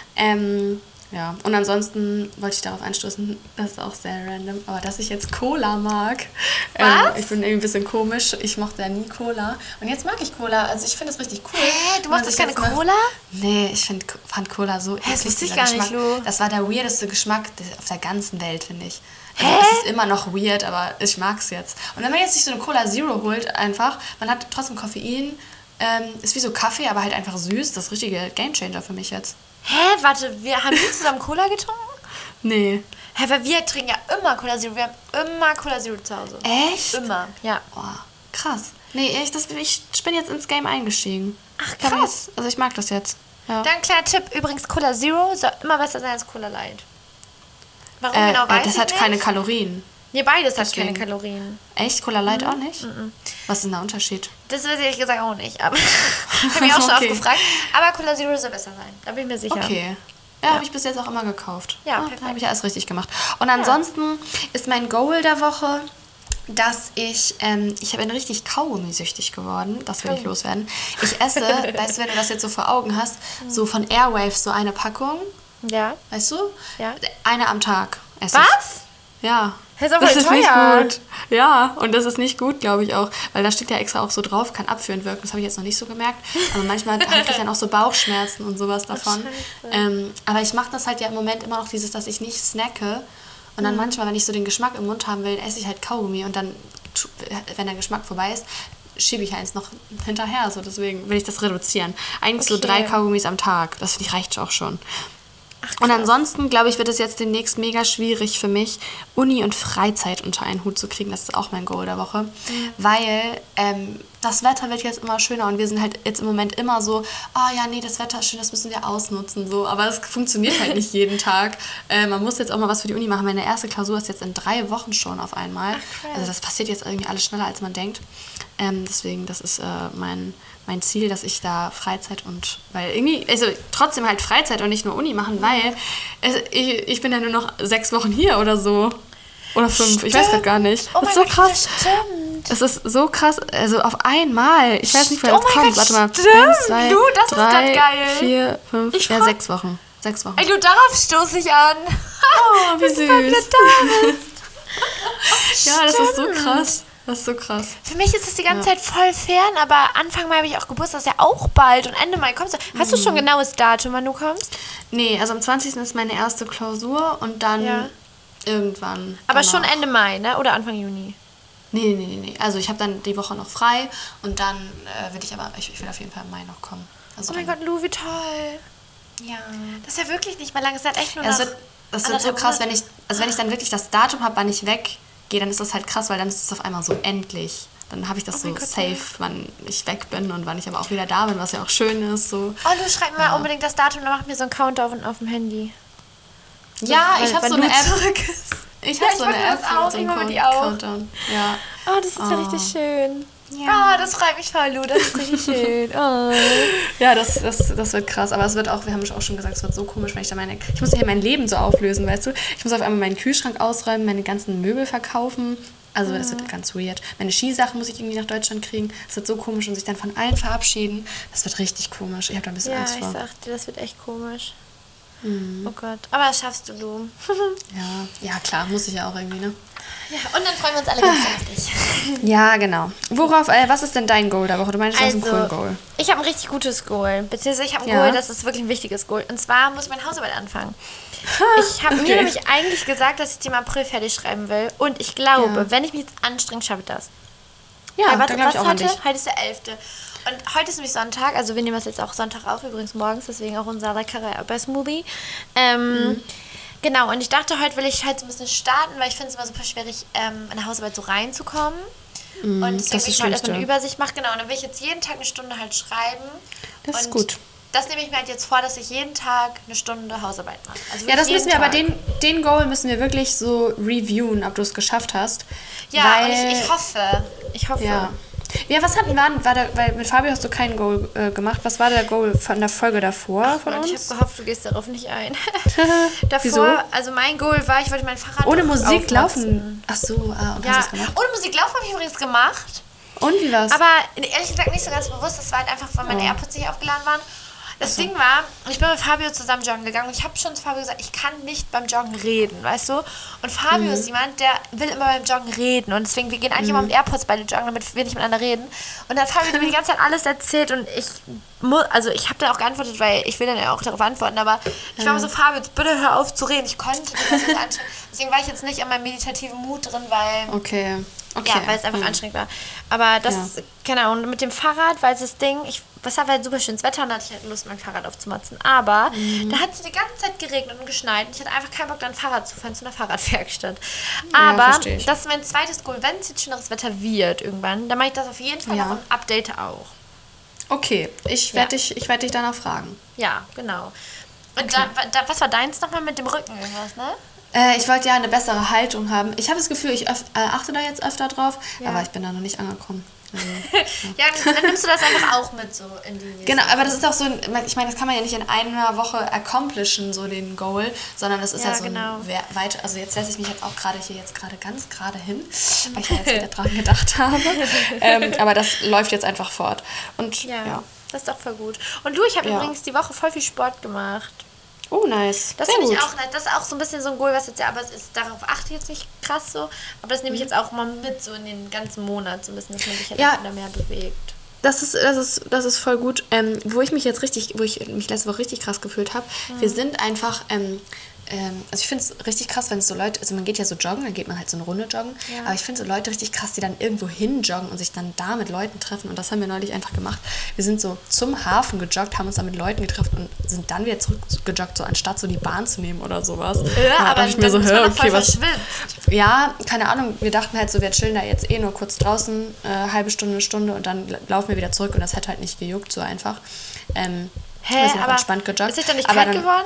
Ja, und ansonsten wollte ich darauf anstoßen, das ist auch sehr random, aber dass ich jetzt Cola mag. Was? Ich bin irgendwie ein bisschen komisch, ich mochte ja nie Cola und jetzt mag ich Cola, also ich finde es richtig cool. Du mochtest keine Cola? Nee, ich fand Cola so eklig. Das wusste ich gar Geschmack. nicht, Lu. Das war der weirdeste Geschmack auf der ganzen Welt, finde ich. Also es ist immer noch weird, aber ich mag es jetzt. Und wenn man jetzt sich so eine Cola Zero holt, einfach, man hat trotzdem Koffein, ist wie so Kaffee, aber halt einfach süß, das ist richtige Gamechanger für mich jetzt. Hä? Warte, haben wir zusammen Cola getrunken? Nee. Hä, weil wir trinken ja immer Cola Zero. Wir haben immer Cola Zero zu Hause. Echt? Immer, ja. Boah, krass. Nee, ich bin jetzt ins Game eingestiegen. Ach, krass. Also ich mag das jetzt. Ja. Dann kleiner Tipp, übrigens Cola Zero soll immer besser sein als Cola Light. Warum genau weiß ich das hat nicht? Keine Kalorien. Nee, beides Deswegen. hat keine Kalorien. Echt? Cola Light auch nicht? Was ist denn der Unterschied? Das weiß ich ehrlich gesagt auch nicht, aber ich habe mich auch schon oft gefragt. Aber Cola Zero soll besser sein, da bin ich mir sicher. Okay. Ja, habe ich bis jetzt auch immer gekauft. Ja, perfekt. Da habe ich ja alles richtig gemacht. Und ansonsten ist mein Goal der Woche, dass ich bin richtig Kaugummi-süchtig geworden. Das will ich loswerden. Ich esse, weißt du, wenn du das jetzt so vor Augen hast, so von Airwaves so eine Packung. Ja. Weißt du? Ja. Eine am Tag esse ich. Was? Ja. Das ist aber das voll ist nicht teuer. gut. Ja, und das ist nicht gut, glaube ich auch. Weil da steht ja extra auch so drauf, kann abführend wirken. Das habe ich jetzt noch nicht so gemerkt. Aber manchmal habe ich dann auch so Bauchschmerzen und sowas davon. Aber ich mache das halt ja im Moment immer noch dass ich nicht snacke. Und dann manchmal, wenn ich so den Geschmack im Mund haben will, esse ich halt Kaugummi. Und dann, wenn der Geschmack vorbei ist, schiebe ich eins noch hinterher. Also deswegen will ich das reduzieren. Eigentlich so 3 Kaugummis am Tag. Das finde ich reicht auch schon. Und ansonsten, glaube ich, wird es jetzt demnächst mega schwierig für mich, Uni und Freizeit unter einen Hut zu kriegen. Das ist auch mein Goal der Woche. Weil das Wetter wird jetzt immer schöner und wir sind halt jetzt im Moment immer so, oh ja, nee, das Wetter ist schön, das müssen wir ausnutzen. So. Aber es funktioniert halt nicht jeden Tag. Man muss jetzt auch mal was für die Uni machen. Meine erste Klausur ist jetzt in 3 Wochen schon auf einmal. Also das passiert jetzt irgendwie alles schneller, als man denkt. Deswegen, das ist mein Ziel, dass ich da Freizeit weil irgendwie, also trotzdem halt Freizeit und nicht nur Uni machen, weil ich bin ja nur noch 6 Wochen hier oder so. Oder 5, ich weiß gerade gar nicht. Oh das ist so Gott, krass. das stimmt. Es ist so krass, also auf einmal. Ich weiß nicht, woher das kommt. Gott, Warte mal. stimmt. 1, 2, Das ist grad 3, geil. 4, 5, ja, 6 Wochen. 6 Wochen. Ey, du, darauf stoße ich an. Oh, wie süß. Ja, das ist so krass. Das ist so krass. Für mich ist es die ganze Zeit voll fern, aber Anfang Mai habe ich auch Geburtstag, das ist ja auch bald und Ende Mai kommst du. Hast du schon ein genaues Datum, wann du kommst? Nee, also am 20. ist meine erste Klausur und dann irgendwann. Aber danach. schon Ende Mai, ne? Oder Anfang Juni? Nee. Also ich habe dann die Woche noch frei und dann will ich will auf jeden Fall im Mai noch kommen. Also Oh mein Gott, Lou, wie toll. Ja. Das ist ja wirklich nicht mal lang, es ist halt echt nur Ja, noch das wird so krass, wenn ich dann wirklich das Datum habe, wann ich weggehe, dann ist das halt krass, weil dann ist es auf einmal so endlich. Dann habe ich das so Gott, safe, wann ich weg bin und wann ich aber auch wieder da bin, was ja auch schön ist. So. Oh, du schreib mir mal unbedingt das Datum, dann mach mir so einen Countdown auf dem Handy. Ja, ich habe so eine App. Ich habe so eine App auch, mit so einem die auch. Countdown. Ja. Oh, das ist ja richtig schön. Ja. Oh, das freut mich voll, Lu, das ist richtig schön. Oh. Ja, das wird krass. Aber es wird auch, wir haben auch schon gesagt, es wird so komisch, wenn ich muss hier mein Leben so auflösen, weißt du? Ich muss auf einmal meinen Kühlschrank ausräumen, meine ganzen Möbel verkaufen. Also das wird ganz weird. Meine Skisachen muss ich irgendwie nach Deutschland kriegen. Es wird so komisch und sich dann von allen verabschieden. Das wird richtig komisch. Ich habe da ein bisschen Angst vor. Ja, ich sag dir, das wird echt komisch. Oh Gott. Aber das schaffst du, Lu. Ja, klar, muss ich ja auch irgendwie, ne? Ja, und dann freuen wir uns alle ganz auf dich. Ja, genau. Was ist denn dein Goal der Woche? Du meinst, du hast einen coolen Goal. Ich habe ein richtig gutes Goal. Beziehungsweise ich habe ein Ja. Goal, das ist wirklich ein wichtiges Goal. Und zwar muss ich meine Hausarbeit anfangen. Ich habe mir nämlich eigentlich gesagt, dass ich die im April fertig schreiben will. Und ich glaube, wenn ich mich jetzt anstrenge, schaffe ich das. Ja, Weil dann glaube ich auch an dich. Heute ist der 11. Und heute ist nämlich Sonntag. Also wir nehmen das jetzt auch Sonntag auf, übrigens morgens. Deswegen auch unser leckerer Erdbeer-Smoothie. Genau, und ich dachte, heute will ich halt so ein bisschen starten, weil ich finde es immer super schwierig, in der Hausarbeit so reinzukommen. Und deswegen will ich mal erstmal eine Übersicht machen. Genau, und dann will ich jetzt jeden Tag eine Stunde halt schreiben. Das ist gut. Das nehme ich mir halt jetzt vor, dass ich jeden Tag eine Stunde Hausarbeit mache. Also Ja, das müssen wir Tag. aber, den Goal müssen wir wirklich so reviewen, ob du es geschafft hast. Ja, weil, und ich hoffe. Ja. Ja, was hatten wir, weil mit Fabio hast du keinen Goal gemacht. Was war der Goal von der Folge davor von uns? Ich habe gehofft, du gehst darauf nicht ein. Davor, Wieso? Also mein Goal war, ich wollte mein Fahrrad Ohne Musik aufmotzen. laufen. Ach so, und hast du es gemacht? Ohne Musik laufen habe ich übrigens gemacht. Und wie war's? Aber ehrlich gesagt nicht so ganz bewusst. Das war halt einfach, weil meine AirPods nicht aufgeladen waren. Das Ding war, ich bin mit Fabio zusammen joggen gegangen und ich habe schon zu Fabio gesagt, ich kann nicht beim Joggen reden, weißt du? Und Fabio ist jemand, der will immer beim Joggen reden und deswegen, wir gehen eigentlich immer mit AirPods beide joggen, damit wir nicht miteinander reden. Und dann hat Fabio mir die ganze Zeit alles erzählt und ich habe dann auch geantwortet, weil ich will dann ja auch darauf antworten, aber ich war immer so, Fabio, bitte hör auf zu reden, ich konnte das nicht anschauen. Deswegen war ich jetzt nicht in meinem meditativen Mut drin, weil... Okay. Ja, weil es einfach anstrengend war. Aber das, genau, und mit dem Fahrrad, weil es das Ding, es war halt super schönes Wetter und da hatte ich halt Lust, mein Fahrrad aufzumotzen. Aber da hat es die ganze Zeit geregnet und geschneit und ich hatte einfach keinen Bock, dann Fahrrad zu fahren zu einer Fahrradwerkstatt. Aber das ist mein zweites Goal. Wenn es jetzt schöneres Wetter wird irgendwann, dann mache ich das auf jeden Fall noch und update auch. Okay, ich werd dich danach fragen. Ja, genau. Und was war deins nochmal mit dem Rücken irgendwas, ne? Ich wollte ja eine bessere Haltung haben. Ich habe das Gefühl, ich achte da jetzt öfter drauf, aber ich bin da noch nicht angekommen. Also, ja, dann nimmst du das einfach auch mit so in die... Genau, aber das ist auch so, ich meine, das kann man ja nicht in einer Woche accomplishen, so den Goal, sondern das ist ja so ein weiter, also jetzt setze ich mich jetzt auch gerade ganz gerade hin, weil ich ja jetzt wieder dran gedacht habe. Aber das läuft jetzt einfach fort. Und ja. Das ist doch voll gut. Und du, ich habe übrigens die Woche voll viel Sport gemacht. Oh, nice. Das finde ich auch nice. Das ist auch so ein bisschen so ein Goal, was jetzt aber darauf achte ich jetzt nicht krass so. Aber das nehme ich jetzt auch mal mit, so in den ganzen Monat, so ein bisschen, dass man sich halt wieder mehr bewegt. Das ist voll gut. Wo ich mich letzte Woche richtig krass gefühlt habe, wir sind einfach also ich finde es richtig krass, wenn es so Leute, also man geht ja so joggen, dann geht man halt so eine Runde joggen, aber ich finde so Leute richtig krass, die dann irgendwo hin joggen und sich dann da mit Leuten treffen und das haben wir neulich einfach gemacht. Wir sind so zum Hafen gejoggt, haben uns dann mit Leuten getroffen und sind dann wieder zurückgejoggt, so anstatt so die Bahn zu nehmen oder sowas. Ja, aber ich mir so, okay, was... verschwitzt. Ja, keine Ahnung, wir dachten halt so, wir chillen da jetzt nur kurz draußen, halbe Stunde, eine Stunde und dann laufen wir wieder zurück und das hat halt nicht gejuckt, so einfach. Wir sind aber entspannt gejoggt. ist es dann nicht kalt geworden?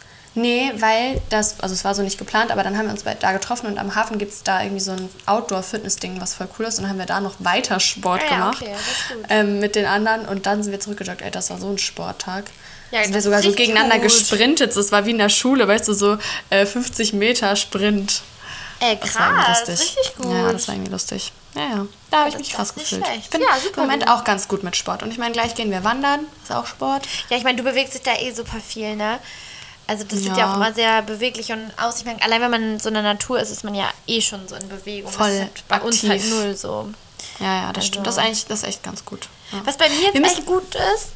Nee, weil also es war so nicht geplant, aber dann haben wir uns da getroffen und am Hafen gibt es da irgendwie so ein Outdoor-Fitness-Ding, was voll cool ist und dann haben wir da noch weiter Sport gemacht. Okay, das ist gut. Mit den anderen und dann sind wir zurückgejoggt. Ey, das war so ein Sporttag. Ja, sind wir sogar so gegeneinander gesprintet. Das war wie in der Schule, weißt du, so 50 Meter Sprint. Ey, krass, das richtig gut. Ja, das war irgendwie lustig. Ja. Da habe ich mich krass gefühlt. Schlecht. Ich bin im Moment auch ganz gut mit Sport. Und ich meine, gleich gehen wir wandern. Ist auch Sport. Ja, ich meine, du bewegst dich da super viel, ne? Also das sieht ja auch immer sehr beweglich und aus. Ich meine, allein wenn man in so einer Natur ist, ist man ja schon so in Bewegung. Voll das ist bei uns halt null so. Ja, das stimmt. Das ist echt ganz gut. Ja. Was bei mir jetzt echt gut ist,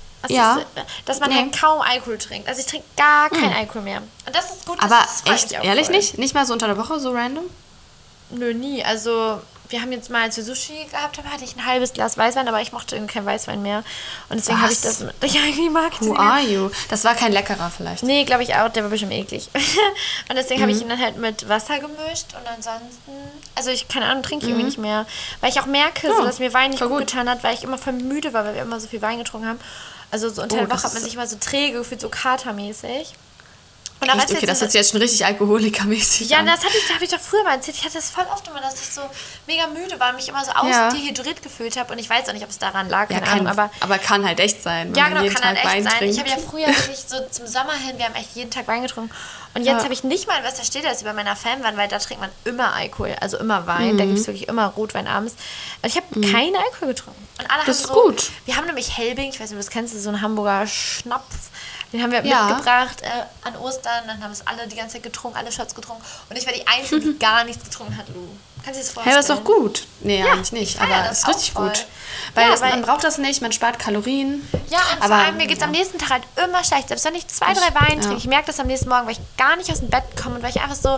dass man halt kaum Alkohol trinkt. Also ich trinke gar keinen Alkohol mehr. Und das ist gut. Aber echt, ehrlich nicht? Nicht mal so unter der Woche, so random? Nö, nie. Also wir haben jetzt mal, als wir Sushi gehabt haben, hatte ich ein halbes Glas Weißwein, aber ich mochte irgendwie kein Weißwein mehr. Und deswegen habe ich das... Ja, irgendwie mag ich Who are you? Das war kein leckerer vielleicht. Nee, glaube ich auch. Der war bestimmt eklig. Und deswegen habe ich ihn dann halt mit Wasser gemischt. Und ansonsten... Also ich, keine Ahnung, trinke irgendwie nicht mehr. Weil ich auch merke, so, dass mir Wein nicht gut getan hat, weil ich immer voll müde war, weil wir immer so viel Wein getrunken haben. Also so unter der Woche hat man sich immer so träge gefühlt, so katermäßig. Und echt? Okay, das hört sich jetzt schon richtig alkoholikermäßig an. Ja, das habe ich doch früher mal erzählt. Ich hatte das voll oft immer, dass ich so mega müde war und mich immer so ausdehydriert gefühlt habe. Und ich weiß auch nicht, ob es daran lag, keine Ahnung. Aber kann halt echt sein. Ja, genau, kann halt echt sein. Ich habe ja früher wirklich so zum Sommer hin, wir haben echt jeden Tag Wein getrunken. Und jetzt habe ich nicht mal, was da steht, als über meiner Fanwand, weil da trinkt man immer Alkohol, also immer Wein. Da gibt es wirklich immer Rotwein abends. Und ich habe keinen Alkohol getrunken. Und alle das ist gut. Wir haben nämlich Helbing, ich weiß nicht, ob du das kennst, so einen Hamburger Schnaps. Den haben wir mitgebracht an Ostern. Dann haben es alle die ganze Zeit getrunken, alle Shots getrunken. Und ich war die Einzige, die gar nichts getrunken hat, Lu. Kannst du dir das vorstellen? Hey, das ist doch gut. Nee, eigentlich nicht. Aber es ist richtig gut. Weil man braucht das nicht, man spart Kalorien. Ja, und vor allem, mir geht es am nächsten Tag halt immer schlecht. Selbst wenn ich 2, 3 Wein trinke, ich merke das am nächsten Morgen, weil ich gar nicht aus dem Bett komme und weil ich einfach so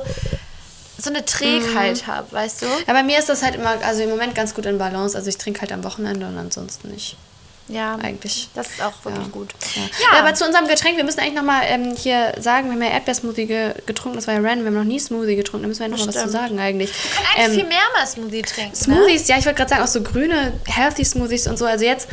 eine Trägheit habe, weißt du? Ja, bei mir ist das halt immer, also im Moment ganz gut in Balance. Also ich trinke halt am Wochenende und ansonsten nicht. Ja, eigentlich. Das ist auch wirklich gut. Ja, aber zu unserem Getränk, wir müssen eigentlich nochmal hier sagen, wir haben ja Erdbeersmoothie getrunken, das war ja random, wir haben noch nie Smoothie getrunken, da müssen wir ja nochmal was zu sagen eigentlich. Man kann eigentlich viel mehr mal Smoothie trinken. Smoothies, ja, ich wollte gerade sagen, auch so grüne, healthy Smoothies und so. Also jetzt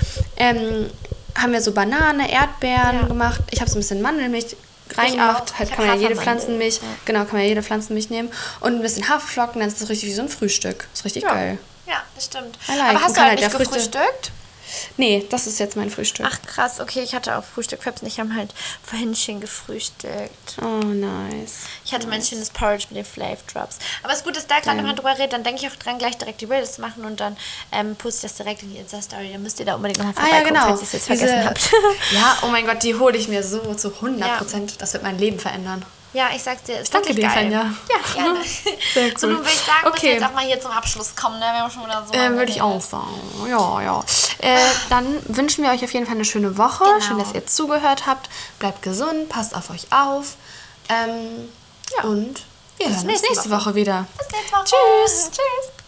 haben wir so Banane, Erdbeeren gemacht, ich habe so ein bisschen Mandelmilch reingemacht, halt kann man ja jede Pflanzenmilch, kann man ja jede Pflanzenmilch nehmen und ein bisschen Haferflocken, dann ist das richtig wie so ein Frühstück. Das ist richtig geil. Ja, das stimmt. Aber hast du halt nicht gefrühstückt? Nee, das ist jetzt mein Frühstück. Ach krass, okay, ich hatte auch Frühstück. Fabs und ich haben halt vorhin schön gefrühstückt. Oh, nice. Ich hatte mein schönes Porridge mit den Flav Drops. Aber es ist gut, dass da gerade nochmal drüber redet, dann denke ich auch dran, gleich direkt die Reels zu machen und dann poste ich das direkt in die Insta-Story. Dann müsst ihr da unbedingt nochmal vorbeikommen, falls ihr es jetzt vergessen habt. Ja, oh mein Gott, die hole ich mir so zu 100%. Das wird mein Leben verändern. Ja, ich sag's dir, ist Danke wirklich dir, geil. Fenja. Ja, gerne. Sehr cool. So, nun würde ich sagen, dass wir jetzt auch mal hier zum Abschluss kommen. Ne? Wir haben schon wieder so würde ich auch sagen. Ja. Dann wünschen wir euch auf jeden Fall eine schöne Woche. Genau. Schön, dass ihr zugehört habt. Bleibt gesund, passt auf euch auf. Und wir hören uns nächste Woche wieder. Bis nächste Woche. Tschüss. Tschüss.